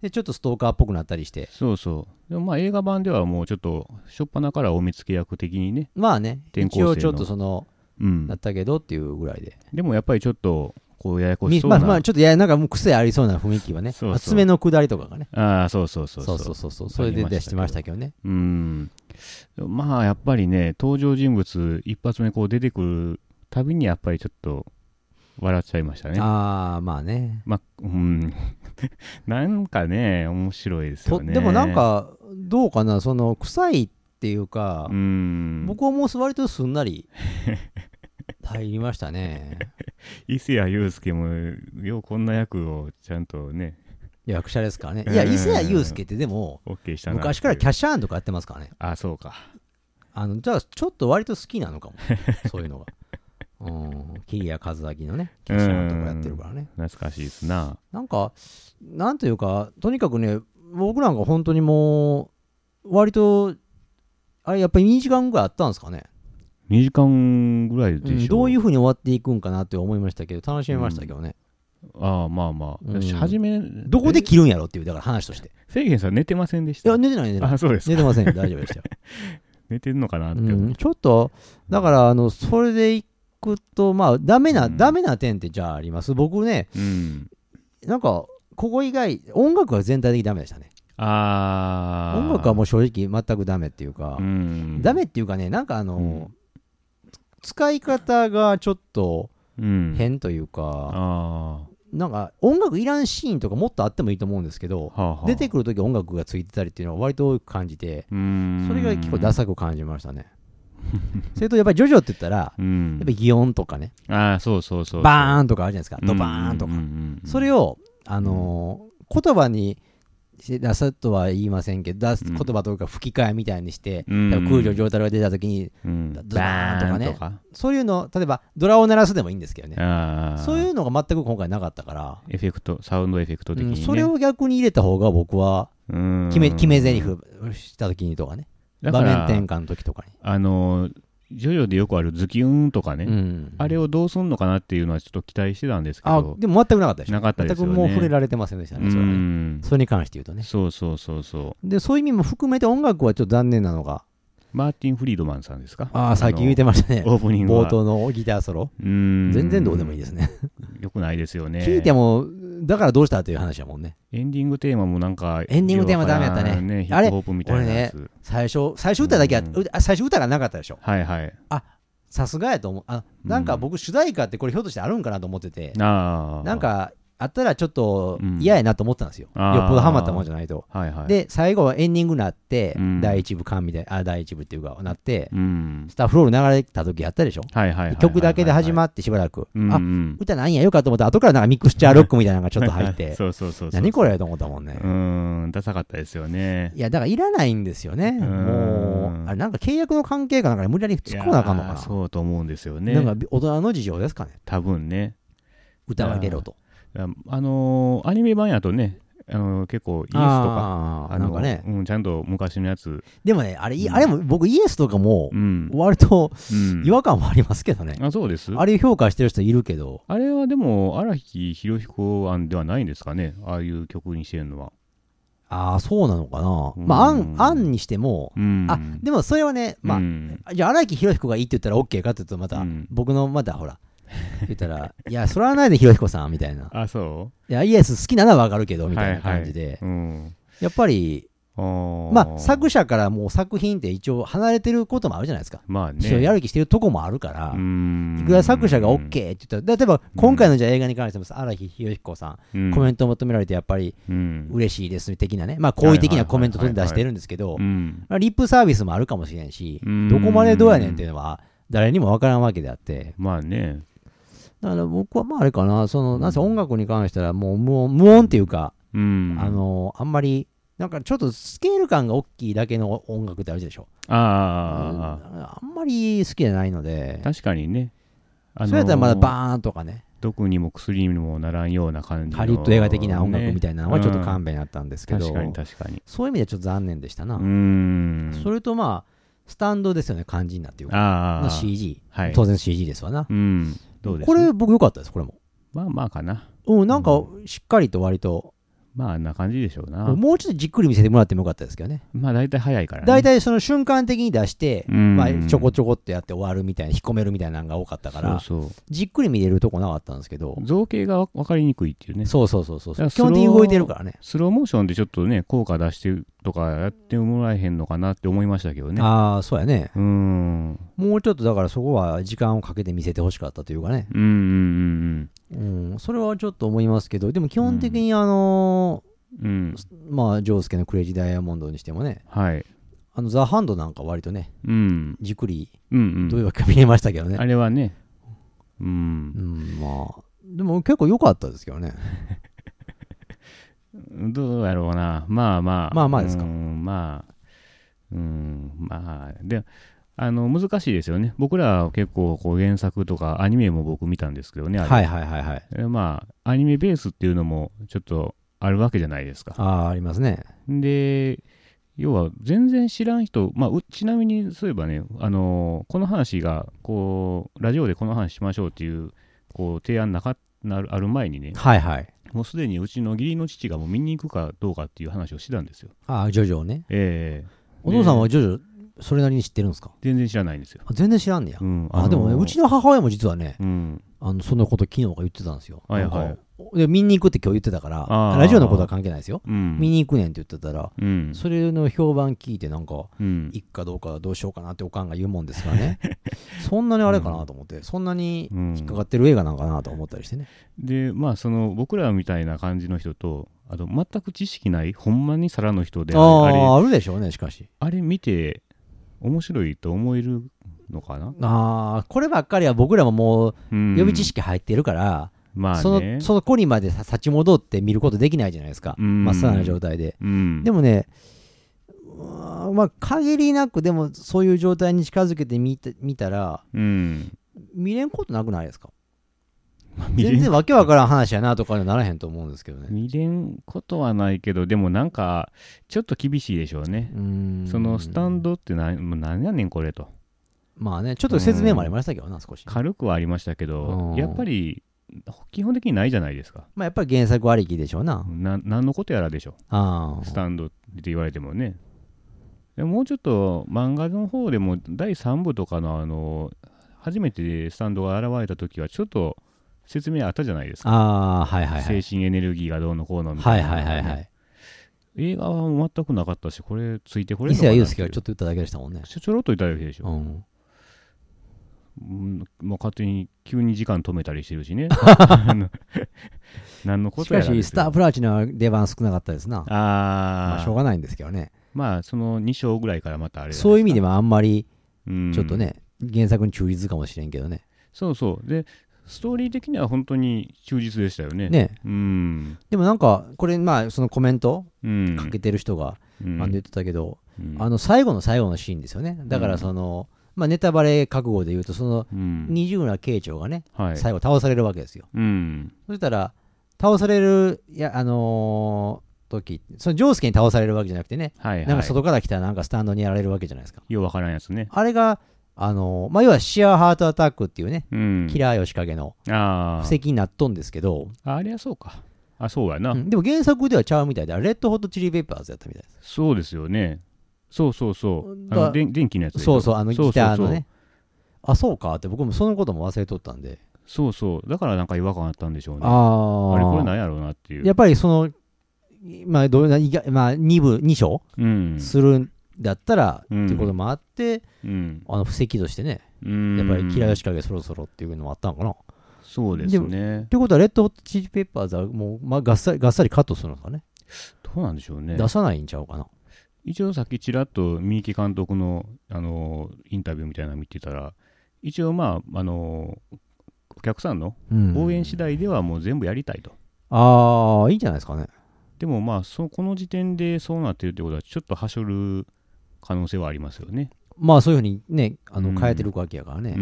でちょっとストーカーっぽくなったりして。 そうそう。でもまあ映画版ではもうちょっと初っ端からお見つけ役的にね。 まあね、一応ちょっとその、うん、だったけどっていうぐらいで。 でもやっぱりちょっと、こうややこしそうな。 まあまあちょっとやなんかもう癖ありそうな雰囲気はね。そうそう爪の下りとかがね。 ああ、そうそうそうそう。そうそうそう。それで出してましたけどね。 うん。まあやっぱりね、登場人物一発目こう出てくるたびにやっぱりちょっと笑っちゃいましたね。 ああ、まあね。 まあ、うん。なんかね、面白いですよね。 でもなんか、どうかな、その、臭いっていうか、うん、僕はもう割とすんなり入りましたね。 伊勢谷友介も、ようこんな役をちゃんとね。 役者ですからね。いや、伊勢谷友介ってでも、昔からキャッシャーンとかやってますからね。 あ、そうか。 あの、じゃあ、ちょっと割と好きなのかも。そういうのが。うん、桐谷和明のね、キャッシャーンとかやってるからね。 懐かしいですな。 なんか、なんというか、とにかくね、僕なんか本当にもう、割と、あれ、やっぱりにじかんぐらいあったんですかね。 にじかんぐらいでしょ、うん、 どういうふうに終わっていくんかなって思いましたけど、楽しみましたけどね。 うん、ああ、まあまあ。うん、初め、 どこで切るんやろっていう、だから話として。 せいげんさん寝てませんでした？ いや、寝てない、寝てない。 あ、そうです。 寝てません、大丈夫でしたよ。 寝てんのかなって、 うん。ちょっと、だから、あの、それでいくと、まあ、ダメな、うん、ダメな点ってじゃああります。僕ね、うん、なんか、ここ以外、音楽は全体的にダメでしたね。 あ音楽はもう正直全くダメっていうか、うん、ダメっていうかね、なんかあの、うん、使い方がちょっと変というか、うん、なんか音楽いらんシーンとかもっとあってもいいと思うんですけど、はあはあ、出てくるとき音楽がついてたりっていうのは割と多く感じて、それが結構ダサく感じましたね。それとやっぱりジョジョって言ったら、うん、やっぱり擬音とかね、 あそうそうそうそうバーンとかあるじゃないですか、ドバーンとか、それを、あのー、言葉に出すとは言いませんけど、出す言葉というか吹き替えみたいにして、うん、空女上太郎が出た時に、うん、ドバーンとかね、かそういうの、例えばドラを鳴らすでもいいんですけどね、そういうのが全く今回なかったから、 エフェクト、サウンドエフェクト的に、ね、 うん、それを逆に入れた方が僕は決め、決め台詞した時にとかね、場面転換の時とかに。 あのージョジョでよくあるズキュンとかね、うん、あれをどうすんのかなっていうのはちょっと期待してたんですけど、 あでも全くなかったでしょ。 なかったですよね。 全くもう触れられてませんでしたね、それはね。それに関して言うとね。 そうそうそうそう。 で、そういう意味も含めて音楽はちょっと残念なのが、 マーティン・フリードマンさんですか？ ああ、さっき言ってましたね。 オープニングは冒頭のギターソロ。うん。全然どうでもいいですね。 よくないですよね。 聞いても、だからどうしたっていう話だもんね。 エンディングテーマもなんか、 エンディングテーマダメやったね。 ねヒップホップみたいなやつ。 俺ね、最初、最初歌だけやっ、うん、最初歌がなかったでしょ。 はいはい。 あ、さすがやと思う。あ、なんか僕主題歌ってこれひょっとしてあるんかなと思ってて、うん、なんかあったらちょっと嫌やなと思ったんですよ、うん、よっぽどハマったもんじゃないと、はいはい、で最後はエンディングになって、うん、第一部完みたいな、あ、第一部っていうかなって、うん、スタッフロール流れた時やったでしょ、はいはいはいはい、曲だけで始まってしばらく、うんうん、あ、歌なんやよかと思ったら後からなんかミクスチャーロックみたいなのがちょっと入ってそうそうそうそう、 何これと思ったもんね。 うーん、ダサかったですよね。 いやだからいらないんですよね。もうあれなんか契約の関係かなんかで無理やり突っ込まなあかんのかな。 そうと思うんですよね。 なんか大人の事情ですかね、 多分ね。 歌をあげろと。 あのー、アニメ版やとね、あのー、結構イエスとか、あなんかね、うん、ちゃんと昔のやつ。 でもね、あれ、うん、あれも僕イエスとかも、割と違和感もありますけどね。 うん、あ、そうです。 あれ評価してる人いるけど。 あれはでも、荒木博彦案ではないんですかね、ああいう曲にしてるのは。 ああ、そうなのかな。うん、まあ、案、案にしても、うん、あ、でもそれはね、まあ、うん、じゃあ荒木博彦がいいって言ったら OK かって言うと、また、僕のまたほら、言ったら、いや、それはないで、ひろひこさんみたいな。 あ、そういや、イエス好きなのはわかるけど、みたいな感じで。はいはい、うん、やっぱり、まあ、作者からもう作品って一応離れてることもあるじゃないですか。まあね。やる気してるとこもあるから、いくら作者が OK って言ったら、例えば今回のじゃあ映画に関しても、荒木博彦さん、うん、コメントを求められてやっぱり嬉しいです的なね、まあ好意的なコメントを出してるんですけど、リップサービスもあるかもしれんし、どこまでどうやねんっていうのは誰にもわからんわけであって。 まあね。 だから僕はまああれかな、その、なんせ音楽に関してはもう無音、無音っていうか、うん、あの、あんまり、なんかちょっとスケール感が大きいだけの音楽ってあるでしょ。ああ、あんまり好きじゃないので。 確かにね。 あのー、それやったらまだバーンとかね。 毒にも薬にもならんような感じの、 ハリウッド映画的な音楽みたいなのはちょっと勘弁あったんですけど、 うん、確かに確かに。 そういう意味ではちょっと残念でしたな。うーん。それとまあ、スタンドですよね、肝心なっていうか。あ シージー、はい。当然 シージー ですわな。うん。どうです？これ僕良かったです、これも。 まあまあかな。 うん、なんかしっかりと割と、 まああんな感じでしょうな。 もうちょっとじっくり見せてもらってもよかったですけどね。 まあ大体早いからね。 大体その瞬間的に出して、まあ、ちょこちょこってやって終わるみたいな、引っ込めるみたいなのが多かったから、そうそうじっくり見れるとこなかったんですけど、 造形が分かりにくいっていうね。 そうそうそうそう。基本的に動いてるからね。 スローモーションでちょっとね、効果出してるとかやってもらえへんのかなって思いましたけどね。 ああ、そうやね。 うん。 もうちょっとだからそこは時間をかけて見せてほしかったというかね。 うんうんうんうん。うん、それはちょっと思いますけど、でも基本的にあのー、うん、まあジョースケのクレイジーダイヤモンドにしてもね、 はい、 あのザ・ハンドなんか割とね、 うん、 じっくり、 うんうん、 どういうわけか見えましたけどね。 あれはね、 うん、うん、まあでも結構良かったですけどね。 どうやろうな、まあまあ、 まあまあですか。 うんまあ、うん、まあで。あの難しいですよね。僕らは結構こう原作とかアニメも僕見たんですけどね。 はいはいはいはい。 まあアニメベースっていうのもちょっとあるわけじゃないですか。 ああ、ありますね。 で、要は全然知らん人、まあ、ちなみにそういえばね、あのー、この話がこうラジオでこの話しましょうっていうこう提案なかなるある前にね、 はいはい、 もうすでにうちの義理の父がもう見に行くかどうかっていう話をしてたんですよ。 ああ、ジョジョね。 ええー、お父さんはジョジョそれなりに知ってるんですか？ 全然知らないんですよ。 あ、全然知らんねや。 うん、 あ、あのー、でもね、うちの母親も実はね、 うん、 あのそんなこと昨日が言ってたんですよ。 はいはい。 で見に行くって今日言ってたから、ラジオのことは関係ないですよ。うん、見に行くねんって言ってたら、うん、それの評判聞いてなんか、うん、行くかどうかどうしようかなっておかんが言うもんですからね。そんなにあれかなと思って、うん、そんなに引っかかってる映画なんかなと思ったりしてね。 で、まあその僕らみたいな感じの人と、あと全く知識ないほんまに皿の人で、 ああ、あれあるでしょうね。しかしあれ見て面白いと思えるのかな。 ああ、こればっかりは僕らももう予備知識入ってるから、まあね、そのその子にまで立ち戻って見ることできないじゃないですか、まっさらな状態で、うん、でもね、まあ限りなくでもそういう状態に近づけてみた、見たら、うん、見れんことなくないですか？全然わけわからん話やなとかにはならへんと思うんですけどね。 見れんことはないけど、でもなんかちょっと厳しいでしょうね。うんそのスタンドって何、もう何やねんこれと。 まあね、ちょっと説明もありましたけどな、少し。 軽くはありましたけど、やっぱり基本的にないじゃないですか。 まあやっぱり原作ありきでしょうな。 な何のことやらでしょ。あスタンドって言われてもね。でもうちょっと漫画の方でもだいさんぶとかのあの初めてスタンドが現れた時はちょっと説明あったじゃないですか。 あ、はいはいはい、 精神エネルギーがどうのこうのみたいな、ね。 はいはいはいはい。 映画は全くなかったし、これついてこれるのかなって。伊勢谷友介がちょっと言っただけでしたもんね。 ちょちょろっと言っただけでしょ。うんうん、もう勝手に急に時間止めたりしてるしね。何のことやらしかしスタープラチナは出番少なかったですな。あ、まあしょうがないんですけどね。 まあそのに章ぐらいからまたあれそういう意味ではあんまりちょっとね、うん、原作に忠実かもしれんけどね。 そうそうでストーリー的には本当に忠実でしたよね。ね、 うん、でもなんかこれまあそのコメントかけてる人が、うん、あの言ってたけど、うん、あの最後の最後のシーンですよね。だからその、うんまあ、ネタバレ覚悟で言うとその二重な慶長がね、うん、最後倒されるわけですよ、はい、そしたら倒されるいやあのー、時そのジョースケに倒されるわけじゃなくてね、はいはい、なんか外から来たらなんかスタンドにやられるわけじゃないですか。 ようわからんやつね。 あれがあのーまあ、要はシアーハートアタックっていうね、うん、キラー吉影の布石になっとんですけど、 ああれはそうかあそうやな、 うん、でも原作ではちゃうみたいでレッドホットチリペッパーズやったみたいです。 そうですよね。そうそうそうあの電気のやつでそうそうあのギターのね。あそうかって僕もそのことも忘れとったんで。 そうそうだからなんか違和感あったんでしょうね。ああれこれなんやろうなっていう。 やっぱりそのまあどうな、まあ、に部に章、うん、するんだったら、うん、っていうこともあって、うん、あの布石としてね、うん、やっぱりキラヨシカゲそろそろっていうのもあったのかな。 そうですね。 ってことはレッドホットチリペッパーズはもう、まあ、がっさりがっさりカットするのかね。 どうなんでしょうね。 出さないんちゃうかな。 一応さっきちらっと三池監督の、あのー、インタビューみたいなの見てたら一応まあ、あのー、お客さんの応援次第ではもう全部やりたいと、うん、 ああいいんじゃないですかね。 でもまあそこの時点でそうなってるってことはちょっとはしょる可能性はありますよね。 まあそういうふうにねあの変えてるわけやからね。うん、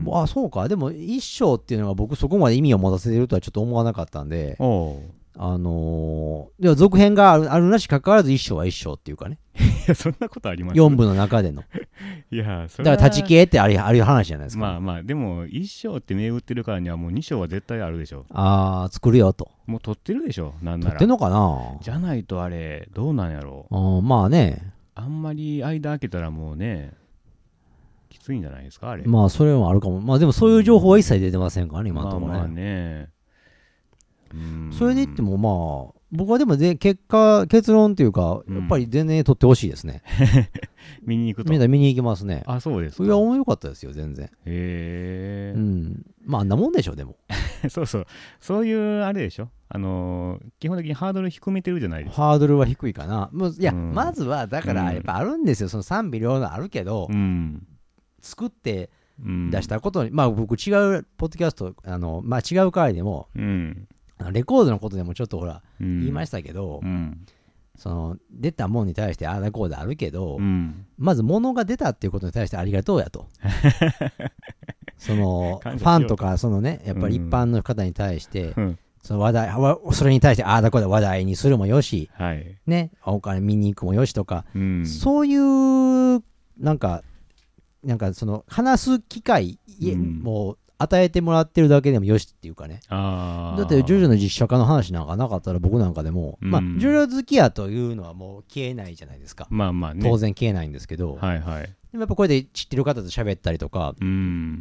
あそうか。でも一章っていうのは僕そこまで意味を持たせてるとはちょっと思わなかったんで、 あのー、では続編がある、あるなし関わらず一章は一章っていうかね。 いや、そんなことあります？ よん部の中での。 いや、それはだから立ち消えってあり、ある話じゃないですか。 まあまあ、でも一章って銘打ってるからにはもう二章は絶対あるでしょ。 ああ、作るよと。 もう撮ってるでしょ、なんなら。 撮ってんのかな。 じゃないとあれ、どうなんやろう。 あまあね。 あんまり間開けたらもうね、きついんじゃないですか、あれ。 まあ、それもあるかも。まあでもそういう情報は一切出てませんからね、今のところね。 まあまあね。 うん、それで言ってもまあ、僕はでもで結果、結論っていうか、やっぱり全然撮ってほしいですね。 見に行くと。 みんな見に行きますね。 あ、そうですか。 いや、面白かったですよ、全然。 へえ。 うん。まあ、あんなもんでしょ、でも。 そうそう。そういう、あれでしょ。あのー、基本的にハードル低めてるじゃないですか。 ハードルは低いかな。もういや、 うん、 まずは、だから、やっぱあるんですよ。その賛否両論あるけど、 うん、 作って出したことに、まあ、僕、違うポッドキャスト、あの、まあ、違う回でも、 うん、 レコードのことでもちょっとほら、 うん、 言いましたけど、 うん、 その出たもんに対してああだこうだあるけど、 うん、 まず物が出たっていうことに対してありがとうやとそのファンとかそのねやっぱり一般の方に対して、うん、その話題それに対してああだこうだ話題にするもよし、はい、ねお金見に行くもよしとか、うん、そういうなんかなんかその話す機会、うん、もう与えてもらってるだけでもよしっていうかね。あだってジョジョの実写化の話なんかなかったら僕なんかでも、うん、まあジョジョ好きやというのはもう消えないじゃないですか。まあまあね。当然消えないんですけど、はいはい。でもやっぱこれで知ってる方と喋ったりとか、うん、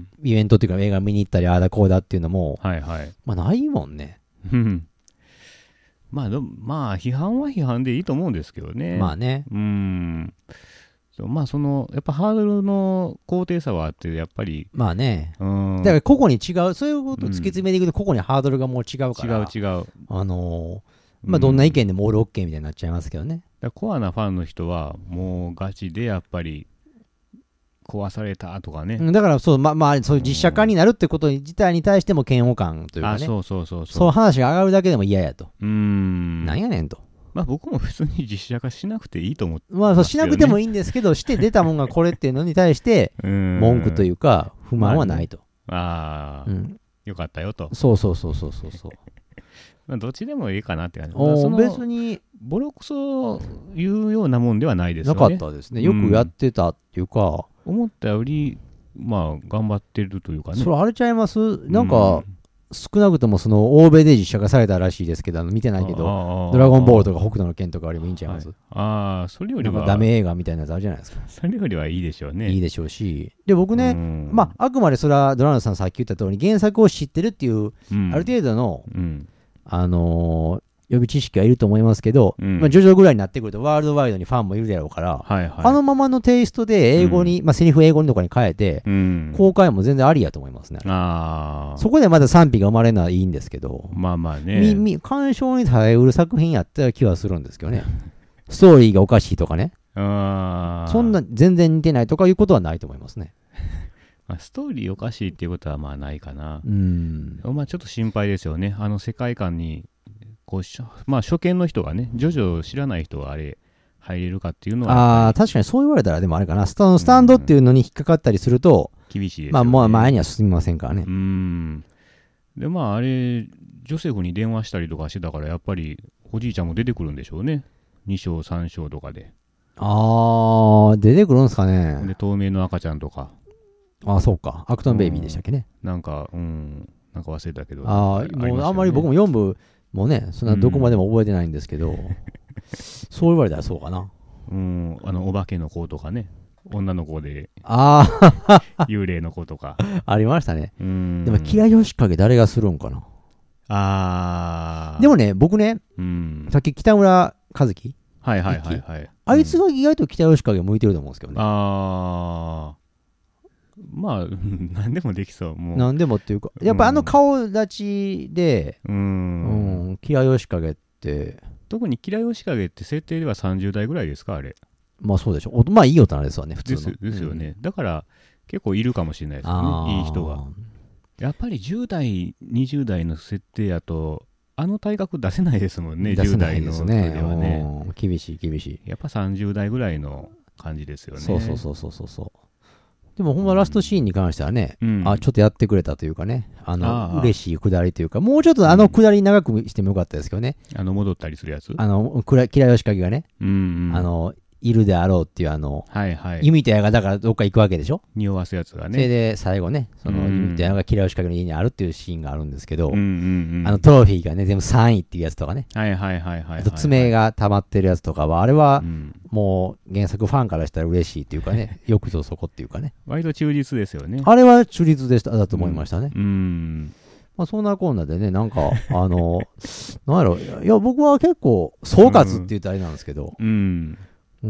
イベントっていうか映画見に行ったりああだこうだっていうのも、はいはい。まあないもんね。まあまあ批判は批判でいいと思うんですけどね。 まあね。 うん。まあそのやっぱハードルの高低差はあってやっぱりまあね、うん、だから個々に違うそういうことを突き詰めていくと個々にハードルがもう違うから、 違う違うあのー、まあどんな意見でもオールオッケーみたいになっちゃいますけどね、 だコアなファンの人はもうガチでやっぱり壊されたとかね、 だからそうまあまあそういう実写化になるってこと自体に対しても嫌悪感というかね、あそうそうそうそうそう話が上がるだけでも嫌やと、うーんなんやねんと。 まあ僕も別に実写化しなくていいと思ってまあそうしなくてもいいんですけど、して出たもんがこれっていうのに対して文句というか不満はないと。 ああ、うん、よかったよと。 そうそうそうそうそうそう。 まあどっちでもいいかなって感じ。その別にボロクソ言うようなもんではないですよね。 なかったですね。よくやってたっていうか、 うん、思ったよりまあ頑張ってるというかね。 それあれちゃいます？なんか。うん少なくともその欧米で実写化されたらしいですけど、あの見てないけど、ドラゴンボールとか北斗の拳とかあれもいいんちゃいます？はい、 ああ、それよりは。 なんかダメ映画みたいなやつあるじゃないですか。 それよりはいいでしょうね。 いいでしょうし。で、僕ね、まあ、あくまでそれはドラナさんさっき言った通り、原作を知ってるっていう、うん、ある程度の、うん、あのー、予備知識はいると思いますけど、うんまあ、徐々ぐらいになってくるとワールドワイドにファンもいるだろうから、はいはい、あのままのテイストで英語に、うんまあ、セリフ英語とかに変えて、うん、公開も全然ありやと思いますね。あそこでまだ賛否が生まれるのはいいんですけど、まあまあね、みみ鑑賞に耐えうる作品やった気はするんですけどね。ストーリーがおかしいとかね、あそんな全然似てないとかいうことはないと思いますね。 まあ、ストーリーおかしいっていうことはまあないかな。うんまあちょっと心配ですよね。あの世界観にこうまあ初見の人がね、ジョジョ知らない人があれ入れるかっていうのはああ確かにそう言われたらでもあれかな、スタン、スタンドっていうのに引っかかったりすると厳しいですよね。 まあもう前には進みませんからね。 うんでまああれジョセフに電話したりとかしてたからやっぱりおじいちゃんも出てくるんでしょうね。に章さん章とかで。 ああ出てくるんですかね。 で透明の赤ちゃんとか。 ああそうかアクトンベイビーでしたっけね。 なんかうんなんか忘れたけど。 ああもうあんまり僕もよん部もうね、そんなどこまでも覚えてないんですけど、うん、そう言われたらそうかな。 うん、あのお化けの子とかね、女の子で、 ああ幽霊の子とか。 ありましたね。うんでも、キラヨシカゲ誰がするんかな。あでもね、僕ね、うん、さっき北村和樹、 はいはいはいはい。 あいつが意外と北ヨシカゲ向いてると思うんですけどね。 ああ。まあ何でもできそう。もう何でもっていうかやっぱあの顔立ちで、うん、うん、キラヨシカゲって特にキラヨシカゲって設定ではさんじゅう代ぐらいですかあれ。 まあそうでしょ。まあいい大人ですわね普通の。 です、ですよね、うん、だから結構いるかもしれないですよねいい人が。やっぱりじゅう代にじゅう代の設定やとあの体格出せないですもんね。じゅう代のそれではね厳しい厳しい。 やっぱさんじゅう代ぐらいの感じですよね。 そうそうそうそうそうそうでもほんまラストシーンに関してはね、うん、あ、ちょっとやってくれたというかね、あの、あ嬉しいくだりというか、もうちょっとあのくだり長くしてもよかったですけどね。 あの、戻ったりするやつあの、キラヨシカゲがね、うんうん、あの、いるであろうっていうあの、はいはい、弓と矢がだからどっか行くわけでしょ匂わすやつがね。 それで最後ね、その弓と矢がキラヨシカゲの家にあるっていうシーンがあるんですけど、うんうんうん、あのトロフィーがね、全部さんいっていうやつとかね。はいはいはいはい、はい。あと爪が溜まってるやつとかは、あれはもう原作ファンからしたら嬉しいっていうかね、よくぞそこっていうかね。 割と忠実ですよね。 あれは忠実でしただと思いましたね。うん。うんまあ、そんなこんなでね、なんか、あの、なんやろ、いや、僕は結構、総括って言うとあれなんですけど、うん。うん、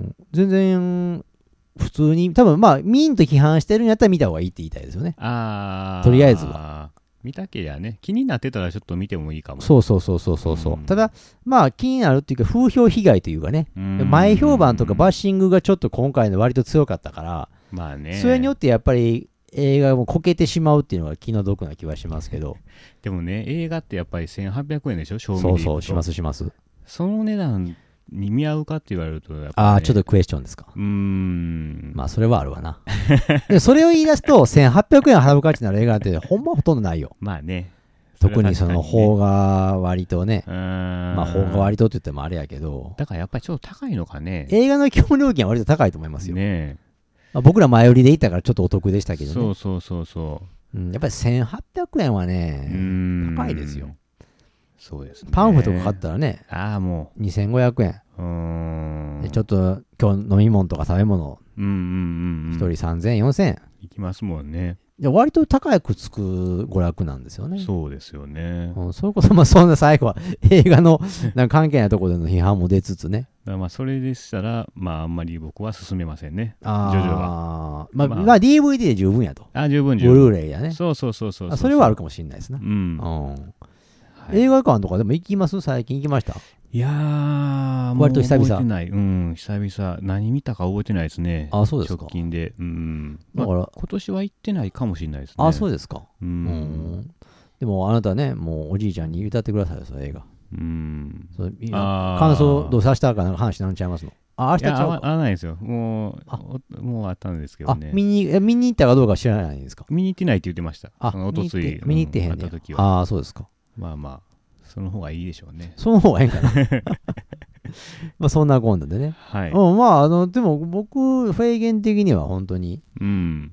全然、普通に、多分まあ、ミーンと批判してるんやったら見た方がいいって言いたいですよね。ああ。とりあえずは。 見たけりゃね、気になってたらちょっと見てもいいかも。 そうそうそうそうそう。うん、ただ、まあ、気になるっていうか、風評被害というかね、前評判とかバッシングがちょっと今回の割と強かったから、まあね。それによってやっぱり、映画もこけてしまうっていうのが気の毒な気はしますけど。 でもね、映画ってやっぱりせんはっぴゃくえんでしょ、賞味そうそう、しますします。 その値段に見合うかって言われるとやっぱ、ね、 ああ、ちょっとクエスチョンですか。うーん。まあ、それはあるわな。でそれを言い出すと、せんはっぴゃくえん払う価値のある映画ってほんまほとんどないよ。まあね。特にその邦画割とね、まあ邦画割とって言ってもあれやけど。 だからやっぱりちょっと高いのかね。 映画の基本料金は割と高いと思いますよ。ねまあ、僕ら前売りで行ったからちょっとお得でしたけどね。 そうそうそうそう。 うん、やっぱりせんはっぴゃくえんはね、高いですよ。 そうですね。 パンフとか買ったらね、 ああもうにせんごひゃくえん。うーんでちょっと今日飲み物とか食べ物、うんうんうんうん、ひとりさんぜんえん、よんせんえん。 いきますもんね。 で割と高くつく娯楽なんですよね。 そうですよね。 うん、それこそまあそんな最後は映画のなんか関係ないところでの批判も出つつね。 だからまあそれでしたらまああんまり僕は勧めませんね。あジョジョは。 まあ、まあ、まあ ディーブイディー で十分やと。 あ十分十分。 ブルーレイやね。 そうそうそうそうそう。 それはあるかもしれないですね。うん。うんはい、映画館とかでも行きます最近行きました？ いやー、割と久々。覚えてない。うん、久々。何見たか覚えてないですね。 あ、そうですか。 直近で。うん。だから、まあ、今年は行ってないかもしれないですね。 あ、そうですか。うん。うんでも、あなたね、もうおじいちゃんに歌ってくださいよ、その映画。うん。そう感想どうさせたかなんか話になっちゃいますの。あ、明日ちゃうか。 あらないですよ。もう、もうあったんですけどね。 あ、見に、見に行ったかどうか知らないんですか？ 見に行ってないって言ってました。 あ、 そのおとつい。 見に行ってへんね。ああ、そうですか。 まあまあ。その方がいいでしょうね。 その方がいいかな。まあそんなこんなでね。はい。うん、まあ、あの、でも僕、フェイゲン的には本当に、うん。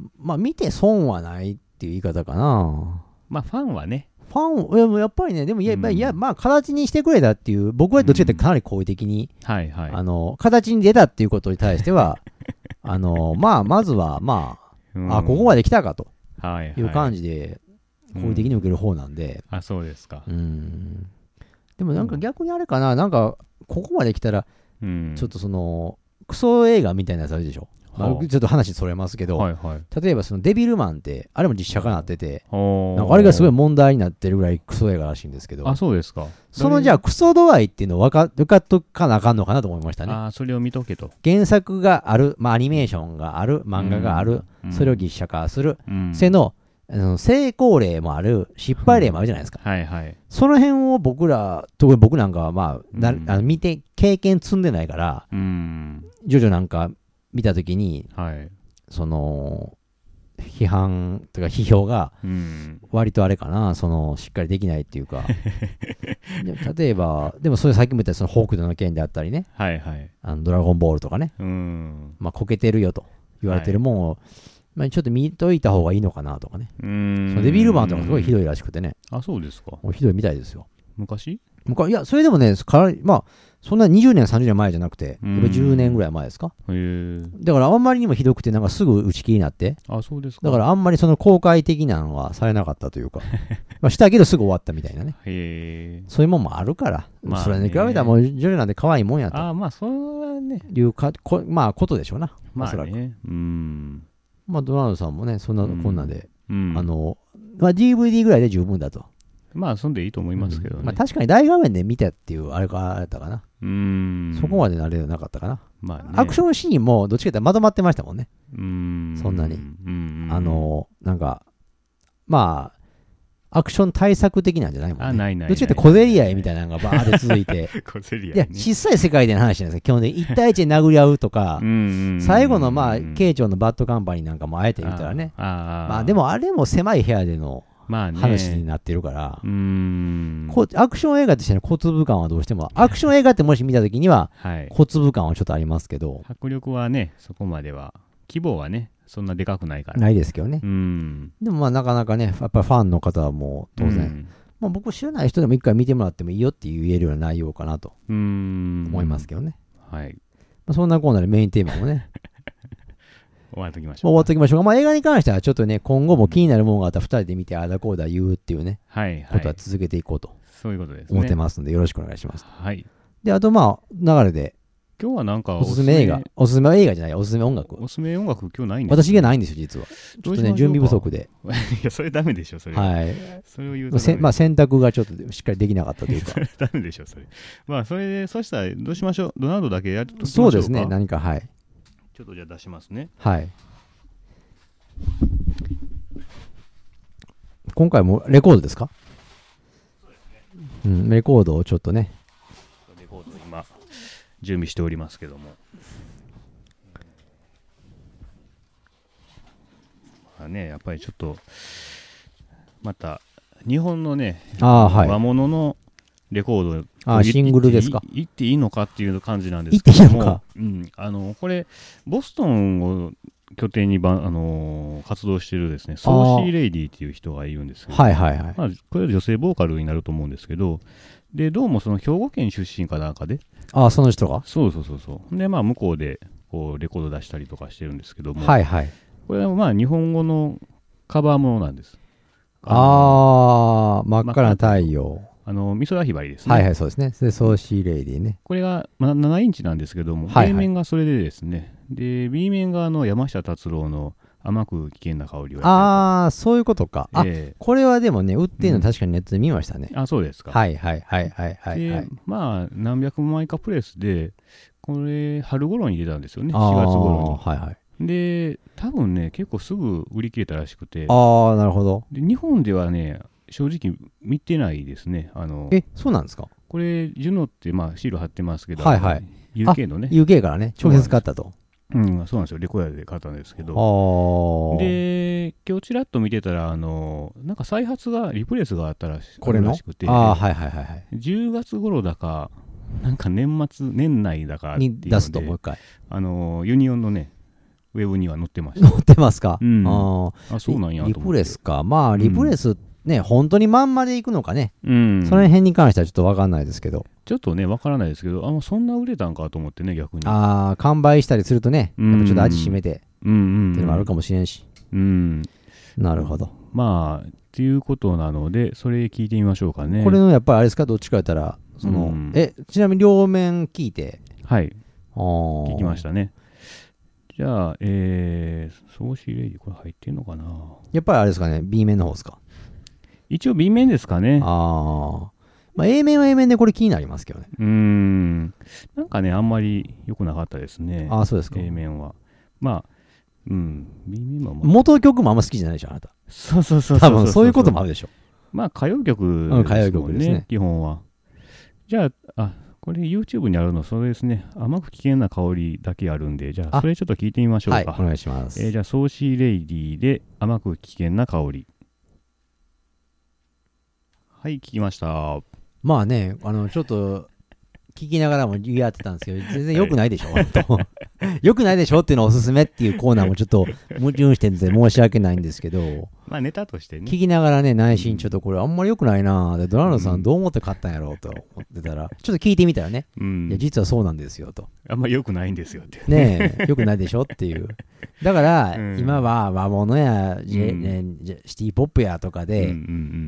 まあ見て損はないっていう言い方かな。 まあファンはね。 ファン、やっぱりね、でもいや、うん、いや、まあ形にしてくれたっていう、僕はどっちかってかなり好意的に、うん、はいはい。あの、形に出たっていうことに対しては、あの、まあ、まずは、まあ、うん、あ、ここまで来たかと。はい。いう感じで、好意的に受ける方なんで、 うん、あそうですかうんでもなんか逆にあれかななんかここまで来たら、うん、ちょっとそのクソ映画みたいなやつあるでしょ、まあ、ちょっと話それますけど、はいはい、例えばそのデビルマンってあれも実写化になっててなんかあれがすごい問題になってるぐらいクソ映画らしいんですけどあそうですかそのじゃあクソ度合いっていうのを分か分かっとかなあかんのかなと思いましたねあそれを見とけと原作がある、まあ、アニメーションがある漫画がある、うん、それを実写化する、うん、それのあの成功例もある失敗例もあるじゃないですか、うんはいはい、その辺を僕ら特に僕なんかは、まあなうん、あの見て経験積んでないから、うん、ジョジョなんか見た時に、はい、その批判とか批評が割とあれかなそのしっかりできないっていうか例えばでもそれさっきも言ったそのホークドの件であったりね、はいはい、あのドラゴンボールとかね、うんまあ、こけてるよと言われてるもんを、はいまあ、ちょっと見といた方がいいのかなとかね。うーんそのデビルマンとかすごいひどいらしくてね。 あ、そうですか。 ひどいみたいですよ。 昔昔いや、それでもね、かまあ、そんなにじゅうねん、さんじゅうねんまえじゃなくて、じゅうねんぐらい前ですか。へーだからあんまりにもひどくて、なんかすぐ打ち切りになって。 あ、そうですか。 だからあんまりその公開的なのはされなかったというか、まあしたけどすぐ終わったみたいなね。へーそういうもんもあるから。まあ、それに比べたらもうジョジョなんて可愛いもんやと。 あ、まあ、それはね。 いうかこまあ、ことでしょうな。 まあ、そらく。うんまあ、ドナルドさんもね、そんなこんなで、うんうん、あの、まあ、ディーブイディー ぐらいで十分だと。 まあ、そんでいいと思いますけどね。うん、 まあ、確かに大画面で見たっていう、あれがあれだかな。うん。そこまでなれなかったかな。まあね、アクションシーンも、どっちかというとまとまってましたもんね。うん。そんなに。うん。あの、なんか、まあ、 アクション対策的なんじゃないもんね。 あ、ないないない。 どっちかって小競り合いみたいなのがバーって続いて。 小競り合い、ね。 いや、小さい世界での話なんですよ。基本的にいち対いちで殴り合うとか、最後のまあ、慶長のバッドカンパニーなんかもあえて言ったらね。あまあでもあれも狭い部屋での話になってるから、まあね、うんこアクション映画としての小粒感はどうしても、アクション映画ってもし見たときには、小粒感はちょっとありますけど。 迫力はね、そこまでは、規模はね、そんなでかくないから。 ないですけどね。うん。でもまあなかなかね、やっぱりファンの方はもう当然、うん、まあ僕知らない人でも一回見てもらってもいいよって言えるような内容かなと思いますけどね。はい。まあ、そんなコーナーでメインテーマもね。 終わっときましょう。 終わっときましょうか。まあ映画に関してはちょっとね、今後も気になるものがあったらふたりで見てああだこうだ言うっていうね、はいはい、ことは続けていこうと。そういうことですね。思ってますのでよろしくお願いします。はい。で、あとまあ流れで、 今日はなんかおすすめ映画、おすすめ映画じゃない、おすすめ音楽。 おすすめ音楽今日ないんですか、ね、 私がないんですよ、実は。ちょっとね、準備不足で。 いや、それダメでしょ、それ。はい。それを言うと。 まあ、選択がちょっとしっかりできなかったというか。 それダメでしょ、それ。まあ、それで、そしたらどうしましょう。ドナルドだけやっときましょうか。そうですね、何か、はい。 ちょっとじゃあ出しますね。 はい。今回もレコードですか？そうですね。うん、レコードをちょっとね。 レコード今、準備しておりますけども。まあね、やっぱりちょっと、また、日本のね、 あ、はい、 和物のレコード、 あ、シングルですか？ 言っていいのかっていう感じなんですけども。 言っていいのか？ うん、あの、これ、ボストンを拠点にば、あのー、活動しているですね、ソーシー・レイディっていう人がいるんですけど、 はいはいはい。 まあ、これは女性ボーカルになると思うんですけど、で、どうもその兵庫県出身かなんかで、 ああ、その人がそうそうそうそう。で、まあ、向こうで、こう、レコード出したりとかしてるんですけども、 はいはい。 これはまあ、日本語のカバーものなんです。 ああ、真っ赤な太陽。 あの、美空ひばりですね。 はいはい、そうですね。それ、ソーシー・レイディね。 これが、まあ、ななインチなんですけども、はいはい、A 面がそれでですね、で、B 面があの山下達郎の甘く危険な香りをやってると。 ああ、そういうことか。えー、あ、これはでもね、売ってるの確かにネットで見ましたね。 うん、あ、そうですか。 はいはいはいはいはい、はい。 まあ、何百枚かプレスで、これ、春頃に出たんですよね、しがつ頃に。はいはい。で、多分ね、結構すぐ売り切れたらしくて。 ああ、なるほど。 で、日本ではね、正直見てないですね。あのえ、そうなんですか？これ、ジュノって、まあ、シール貼ってますけど、 はいはい。 ユーケー のね。 ユーケー からね、直接買ったと。 うん、そうなんですよ。レコヤで買ったんですけど。で、今日ちらっと見てたら、あの、なんか再発が、リプレイスがあったらしこれのらしくて、 ああ、はいはいはいはい。 じゅうがつ頃だか、なんか年末、年内だかに出すともう一回。 あの、ユニオンのね、ウェブには載ってました。 載ってますか？ うん。ああ、そうなんやと思って。 リプレスか。まあ、リプレス、うんね、本当にまんまでいくのかね、うん、その辺に関してはちょっと分かんないですけど、 ちょっとね、分からないですけど、あそんな売れたんかと思ってね、逆に。 ああ、完売したりするとね、やっぱちょっと味しめて、うんうん、っていうのもあるかもしれんし、うん、なるほど。 まあ、っていうことなので、それ聞いてみましょうかね。 これのやっぱりあれですか、どっちか言ったら、その、うん、え、ちなみに両面聞いて、 はい、聞きましたね。じゃあ、えー、ソーシーレイディ、これ入ってんのかな。 やっぱりあれですかね、B 面の方ですか。 一応 B 面ですかね。 ああ。まあ A 面は A 面でこれ気になりますけどね。 うーん。なんかね、あんまり良くなかったですね。 ああ、そうですか。 A 面は。まあ、うん。B 面は、まあ、 元曲もあんま好きじゃないでしょ、あなた。 そうそうそうそう。 多分そういうこともあるでしょ。 まあ、歌謡曲ですもんね。うん、歌謡曲ですね。基本は。じゃあ、あ、これ YouTube にあるの、それですね。甘く危険な香りだけあるんで、じゃあ、それちょっと聞いてみましょうか。 はい、お願いします。 えー、じゃあ、ソーシーレイディで甘く危険な香り。はい、聞きました。 まあね、あの、ちょっと、聞きながらもやってたんですけど、全然良くないでしょ、はい、良くないでしょっていうのをおすすめっていうコーナーもちょっと矛盾してるんで申し訳ないんですけど、 まあネタとしてね。 聞きながらね、内心ちょっとこれあんまり良くないなで、ドナルドさんどう思って買ったんやろうと思ってたら、ちょっと聞いてみたらね、うん、いや、実はそうなんですよと。 あんまり良くないんですよって。 ねえ、良くないでしょっていう。だから、うん、今は和物や、うん、シティポップやとかで、うんうんうん、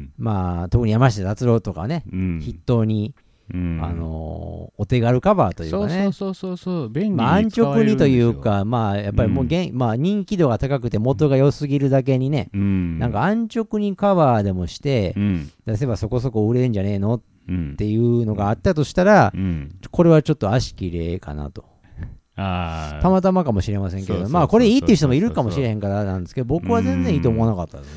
まあ、特に山下達郎とかね、うん、筆頭に、うん、あのー、お手軽カバーというかね、 そうそうそうそう便利にまあ、安直にというか、まあやっぱりもう、うんまあ、人気度が高くて元が良すぎるだけにね、うん、なんか安直にカバーでもして、うん、出せばそこそこ売れるんじゃねえのっていうのがあったとしたら、うん、これはちょっと足きれかなと。あたまたまかもしれませんけど、まあこれいいっていう人もいるかもしれへんからなんですけど、僕は全然いいと思わなかったですね。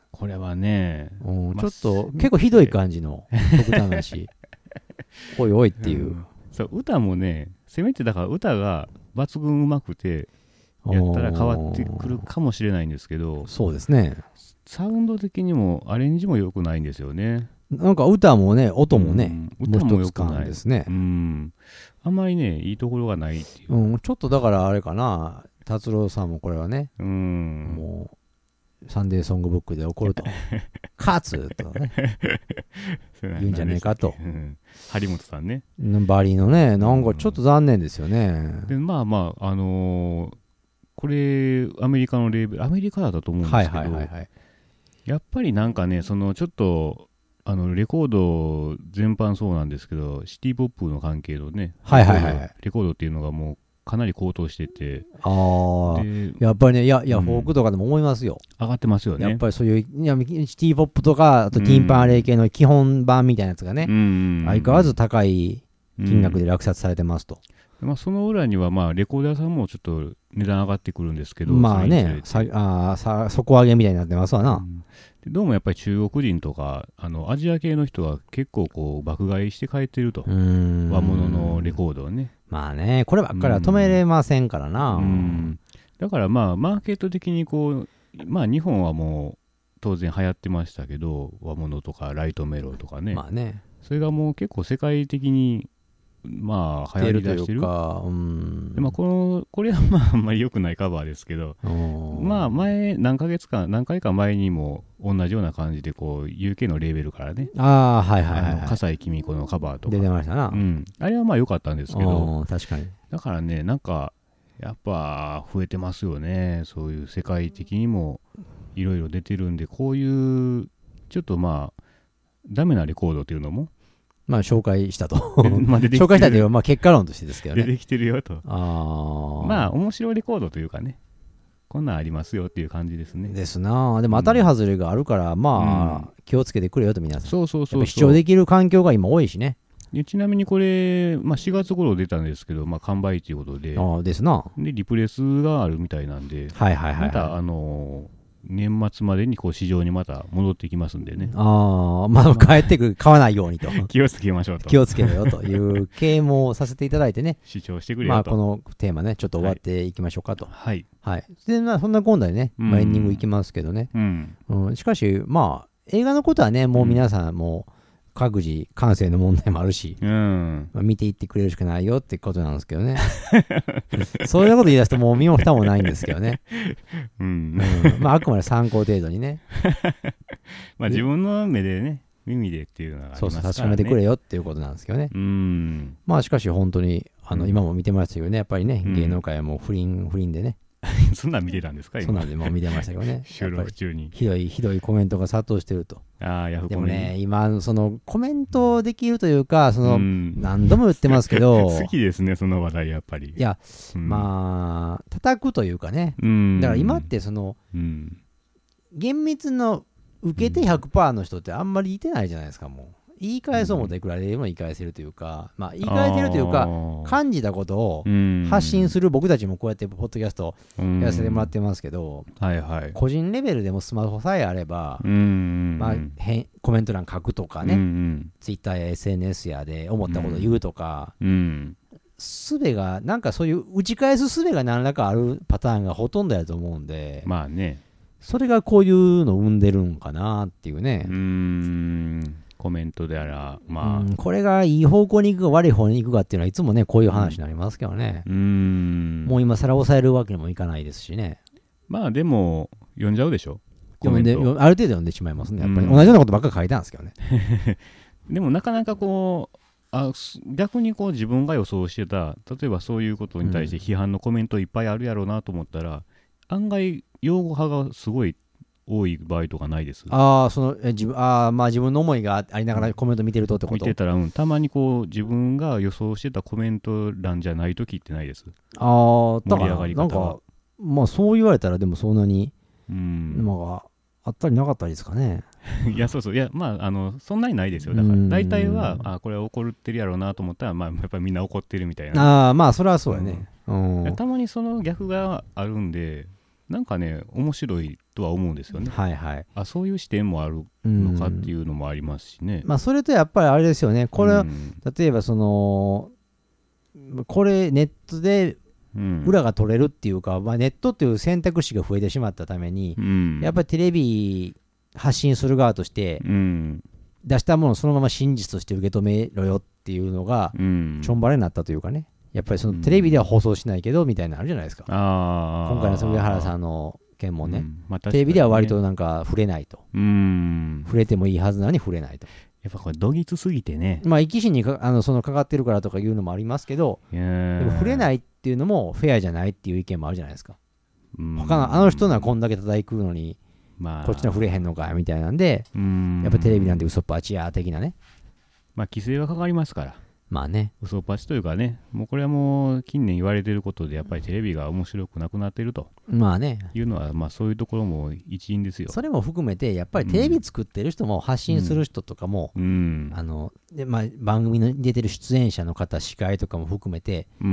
これはね、 うん、ちょっと結構ひどい感じの極端なしおいおいっていう、うん、 そう歌もねせめてだから歌が抜群うまくてやったら変わってくるかもしれないんですけど、 そうですね、 サウンド的にもアレンジも良くないんですよね。 なんか歌もね音もね、 うん、歌も良くないですね、 うん、あんまりねいいところがないっていう、 うん、ちょっとだからあれかな、達郎さんもこれはね、 うん、 もうサンデーソングブックで怒ると勝つとね言うんじゃねえかと、うん、 張本さんね、 バリのね、なんかちょっと残念ですよね、 うん、でまあまああのー、これアメリカのレーベル、アメリカだったと思うんですけど、はいはいはいはい、やっぱりなんかねそのちょっとあのレコード全般そうなんですけど、シティポップの関係のね、 はいはいはい、 レコードっていうのがもうかなり高騰してて、 ああ、やっぱりね、いやいや、うん、フォークとかでも思いますよ、 上がってますよね、 やっぱりそういういやシティポップとか、あとティンパンレイ系の基本版みたいなやつがね、うん、相変わらず高い金額で落札されてますと、 うん、まあ、その裏にはまあレコード屋さんもちょっと値段上がってくるんですけど、 まあね、さあさ底上げみたいになってますわな、うん、 でどうもやっぱり中国人とかあのアジア系の人は結構こう爆買いして帰ってると、和物のレコードをね、 まあね、こればっかりは止めれませんからな、 うんうん、だからまあマーケット的にこう、まあ日本はもう当然流行ってましたけど、和物とかライトメロとかね、 まあね、 それがもう結構世界的にまあ流行りだしてるというか、うん、でまあ、このこれはまああんまり良くないカバーですけど、まあ前何ヶ月か何回か前にも同じような感じでこう ユーケー のレーベルからね、 ああはいはいはい、 笠井公子のカバーとか出てましたな、 うん、あれはまあ良かったんですけど、 確かに、 だからねなんかやっぱ増えてますよね、そういう世界的にもいろいろ出てるんで、こういうちょっとまあダメなレコードっていうのもまあ紹介したとまあ紹介したというか、まあ結果論としてですけどね。 出てきてるよと。 あまあ面白いレコードというかね、こんなんありますよっていう感じですね。 ですな。でも当たり外れがあるから、うん、まあ気をつけてくれよと皆さん。 そうそうそうそう。 視聴できる環境が今多いしね。 ちなみにこれ、まあ、しがつ頃出たんですけど、まあ、完売ということで、 あですな。 でリプレスがあるみたいなんで、 はいはいはい、はい、 またあのー年末までにこう市場にまた戻ってきますんでね。 ああ、まあ帰ってくる、買わないようにと。 気をつけましょうと。 気をつけろよという啓蒙をさせていただいてね。 主張してくれよと。 まあこのテーマね、ちょっと終わっていきましょうかと。 はい。 はい。で、まあそんな今度でね、まあ、エンディングいきますけどね。うん。うん、しかし、まあ映画のことはね、もう皆さんもう、各自感性の問題もあるし、うんまあ、見ていってくれるしかないよってことなんですけどねそういうこと言い出すともう身も蓋もないんですけどね、うんうんまあ、あくまで参考程度にねまあ自分の目でね耳でっていうのがありますからね、 そうそう確かめてくれよっていうことなんですけどね、うんまあしかし本当にあの、うん、今も見てましたけどね、やっぱりね、うん、芸能界はもう不倫不倫でねそんなん見てたんですか今。 そんなんでもう見てましたけどね収録中にひどいひどいコメントが殺到してると。 ああヤフコメ。 でもね今そのコメントできるというかその、うん、何度も言ってますけど好きですねその話題やっぱり。 いや、うん、まあ叩くというかね、うん、だから今ってその、うん、厳密の受けて ひゃくパーセント の人ってあんまりいてないじゃないですか。もう言い返そう思ったらいくらでも言い返せるというか、まあ言い返せるというか感じたことを発信する、僕たちもこうやってポッドキャストやらせてもらってますけど、はいはい、個人レベルでもスマホさえあれば、まあ、変コメント欄書くとかね、ツイッターや エスエヌエス やで思ったこと言うとか、術がなんかそういう打ち返す術が何らかあるパターンがほとんどやと思うんで、 まあね、 それがこういうのを生んでるんかなっていうね。 うーんコメントであら、まあ、 うん、これがいい方向に行くか悪い方に行くかっていうのはいつもねこういう話になりますけどね、うん、もう今更抑えるわけにもいかないですしね。 まあでも読んじゃうでしょ、 読んである程度読んでしまいますね、やっぱり同じようなことばっかり書いたんですけどねでもなかなかこうあ逆にこう自分が予想してた例えばそういうことに対して批判のコメントいっぱいあるやろうなと思ったら、うん、案外擁護派がすごい多い場合とかないです。 ああ、そのえ自分あまあ自分の思いがありながらコメント見てるとってこと。 見てたら、うん、たまにこう自分が予想してたコメント欄じゃない時ってないです。 ああ、だからなんかまあそう言われたらでもそんなにうん、まああったりなかったりですかね。 いやそうそういやまああのそんなにないですよ。だから大体はあこれ怒ってるやろうなと思ったらまあやっぱりみんな怒ってるみたいな。 ああまあそれはそうやね。 うん、たまにその逆があるんで。 なんかね面白いとは思うんですよね。 はいはい。 あ、そういう視点もあるのかっていうのもありますしね。 まあそれとやっぱりあれですよね。これは、うん、例えばそのこれネットで裏が取れるっていうか、うん、まあ、ネットっていう選択肢が増えてしまったために、うん、やっぱりテレビ発信する側として、うん、出したものをそのまま真実として受け止めろよっていうのが、うん、ちょんばれになったというかね。やっぱりそのテレビでは放送しないけどみたいなのあるじゃないですか。うん、今回の上原さんの件もね、うんまあ、テレビでは割となんか触れないと、うん、触れてもいいはずなのに触れないと。 やっぱこれどぎつすぎてね、 まあ生き死にかあのそのかかってるからとかいうのもありますけど、でも触れないっていうのもフェアじゃないっていう意見もあるじゃないですか。うん、他のあの人のはこんだけ叩くのに、まあ、こっちの触れへんのかみたいなんで、うん、やっぱテレビなんて嘘っぱちや的なね。 まあ規制はかかりますから。 まあね、 嘘っぱちというかね、もうこれはもう近年言われていることで、やっぱりテレビが面白くなくなっていると、 まあね、 いうのは、まあそういうところも一因ですよ。 それも含めて、やっぱりテレビ作ってる人も発信する人とかも、うん、あのでまあ、番組に出てる出演者の方、司会とかも含めて、うん、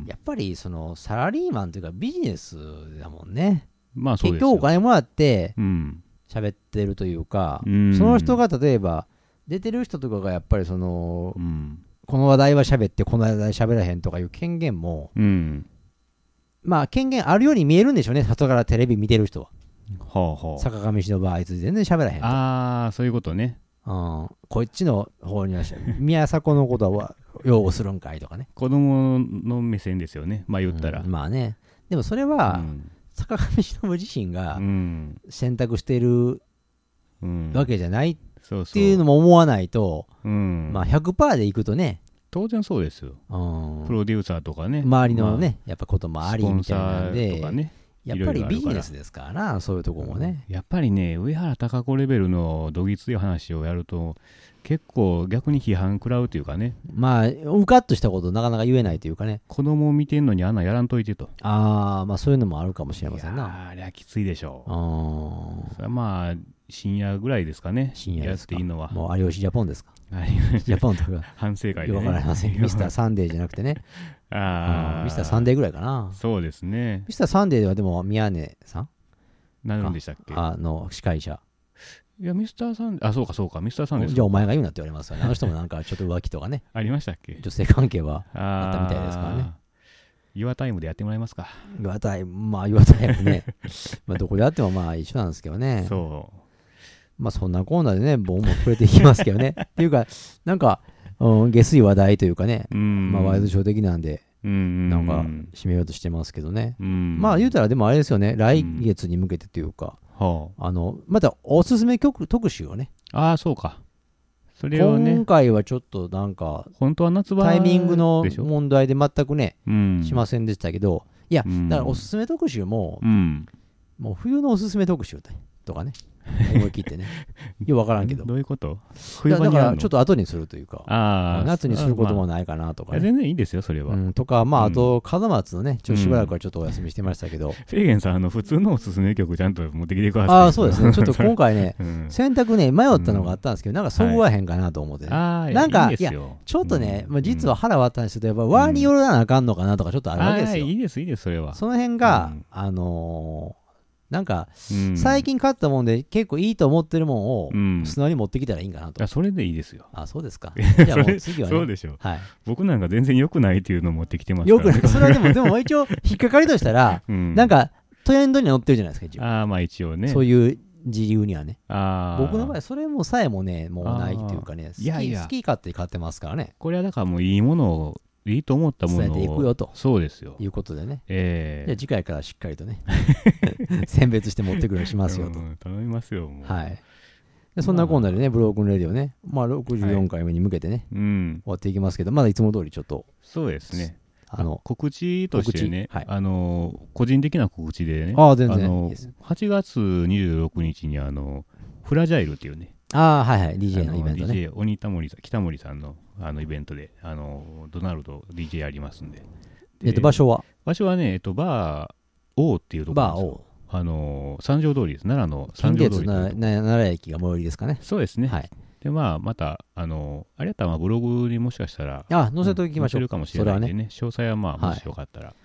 やっぱりそのサラリーマンというかビジネスだもんね。まあそうですよ。結局お金もらって喋ってるというか、うん、その人が例えば出てる人とかがやっぱりその、うんこの話題は喋ってこの話題喋らへんとかいう権限も、うん、まあ権限あるように見えるんでしょうね、外からテレビ見てる人は。ほうほう、坂上忍はあいつ全然喋らへんと。 ああ、そういうことね。 うん、こっちの方には宮迫のことは擁護するんかいとかね。 子供の目線ですよね、まあ言ったら。 うん、まあね。でもそれは、うん、坂上忍自身が選択しているわけじゃない。そうそうっていうのも思わないと、うん、まあ ひゃくパーセント でいくとね、 当然そうですよ、うん、プロデューサーとかね、 周りのね、まあ、やっぱこともありみたいなんで、ね、やっぱりビジネスですからな、そういうとこもね、 うん、やっぱりね、上原貴子レベルのどぎつい話をやると結構逆に批判食らうというかね、 まあうかっとしたことなかなか言えないというかね、 子供を見てんのにあんなやらんといてと。 ああ、まあそういうのもあるかもしれませんな。 あれはきついでしょう。あそれはまあ深夜ぐらいですかね。深夜ですか。やっていいのはもう有吉ジャポンですか。有吉ジャポンとか反省会でね。 わかりません。ミスターサンデーじゃなくてね。ああ、ミスターサンデーぐらいかな。 そうですね。 ミスターサンデーではでも宮根さん何でしたっけ。 あの司会者。 いやミスターサンデー、あそうかそうかミスターサンデー。 じゃあお前が言うなって言われますよね。あの人もなんかちょっと浮気とかね。 ありましたっけ。 女性関係はあったみたいですからね。 ユアタイムでやってもらえますか。 ユアタイム、まあユアタイムね。まあどこであってもまあ一緒なんですけどね。そう。まあそんなコーナーでね、僕も触れていきますけどね。っていうか、なんか、うん、下水話題というかね、まあワイドショー的なんで、なんか締めようとしてますけどね。まあ言うたらでもあれですよね、来月に向けてというか、あの、またおすすめ曲特集をね。 ああ、そうか。それをね、 今回はちょっとなんか、 本当は夏場タイミングの問題で全くね、しませんでしたけど、いや、だからおすすめ特集も、もう冬のおすすめ特集とかね。思い切ってね。よくわからんけど。 どういうこと？ 冬場にだからちょっと後にするというか、あ夏にすることもないかなとかね。 まあ、全然いいですよ、それは。 うん、とか、まあ、あと、門松のね、ちょっとしばらくはちょっとお休みしてましたけど。フェーゲンさん、あの、普通のおすすめ曲ちゃんと持ってきてください。 ああ、そうですね。ちょっと今回ね、うん、選択ね、迷ったのがあったんですけど、なんかそぐわへんかなと思ってね。はい、なんか、いや、ちょっとね、まあ、実は腹割ったんですけど、やっぱ、輪によらなあかんのかなとかちょっとあるわけですよ。 いいです、いいです、それは。 その辺が、あのー、なんか、うん、最近買ったもんで結構いいと思ってるもんを素直に持ってきたらいいんかなと。 いや、それでいいですよ。 あ、そうですか。じゃあもう次はね。 そうでしょう。はい。僕なんか全然良くないっていうのを持ってきてますから、ね。良くない。それはでも、でも一応引っかかりとしたら、うん、なんかトレンドには載ってるじゃないですか、一応。 ああ、まあ一応ね。 そういう自由にはね。あ僕の場合、それもさえもね、もうないっていうかね、好き、いやいや好き勝手買ってますからね。 これはだからもういいものを、いいと思ったものを伝えていくよと。 そうですよ。 いうことでね。えー、じゃあ次回からしっかりとね、選別して持ってくるようにしますよと。うん、 頼みますよ、もう。はい。 でそんなコーナーでね、ブロークンレディオね、まあろくじゅうよんかいめに向けてね、はい、うん、終わっていきますけど、まだいつも通りちょっと。 そうですね。あの告知としてね、はい、あの個人的な告知でね、 あ全然あのはちがつにじゅうろくにちにあのフラジャイルっていうね、 ああはいはい ディージェー のイベントね、 ディージェー 鬼田森さん北森さんのあのイベントであのドナルド ディージェー やりますんで、 えっと場所は場所はねえっとバー O っていうところなんですよ。バー O、あの三条通りです。奈良の三条通り。 近鉄な奈良駅が最寄りですかね。 そうですね。はい。でまあまたあのあれやったらまあブログにもしかしたらあ載せておきましょう。 載せるかもしれないんでね。詳細はまあもしよかったら、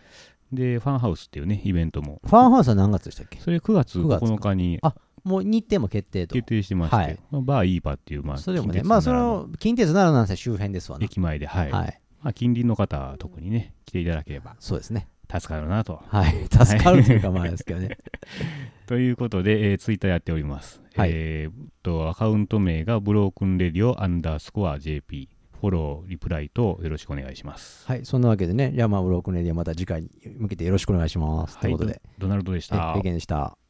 で、ファンハウスっていうね、イベントも。 ファンハウスは何月でしたっけ？ それくがつここのかに。 あ、もう日程も決定と。 決定してまして、はい、バーイーパーっていう、まあ、 それもね、まあ、その、近鉄奈良なんせ周辺ですわね。 駅前で、はい。はい、まあ、近隣の方は特にね、来ていただければ。 そうですね。 助かるなと。 はい。助かるというか、まあですけどね。 ということで、えー、ツイッターやっております。はい、えー、と、アカウント名がブロークンレディオアンダースコア ジェーピー。フォロー、リプライとよろしくお願いします。 はい。そんなわけでね、じゃあまあ、ブロークンレディオまた次回に向けてよろしくお願いします。はい。ということで。 ドナルドでした。 経験でした。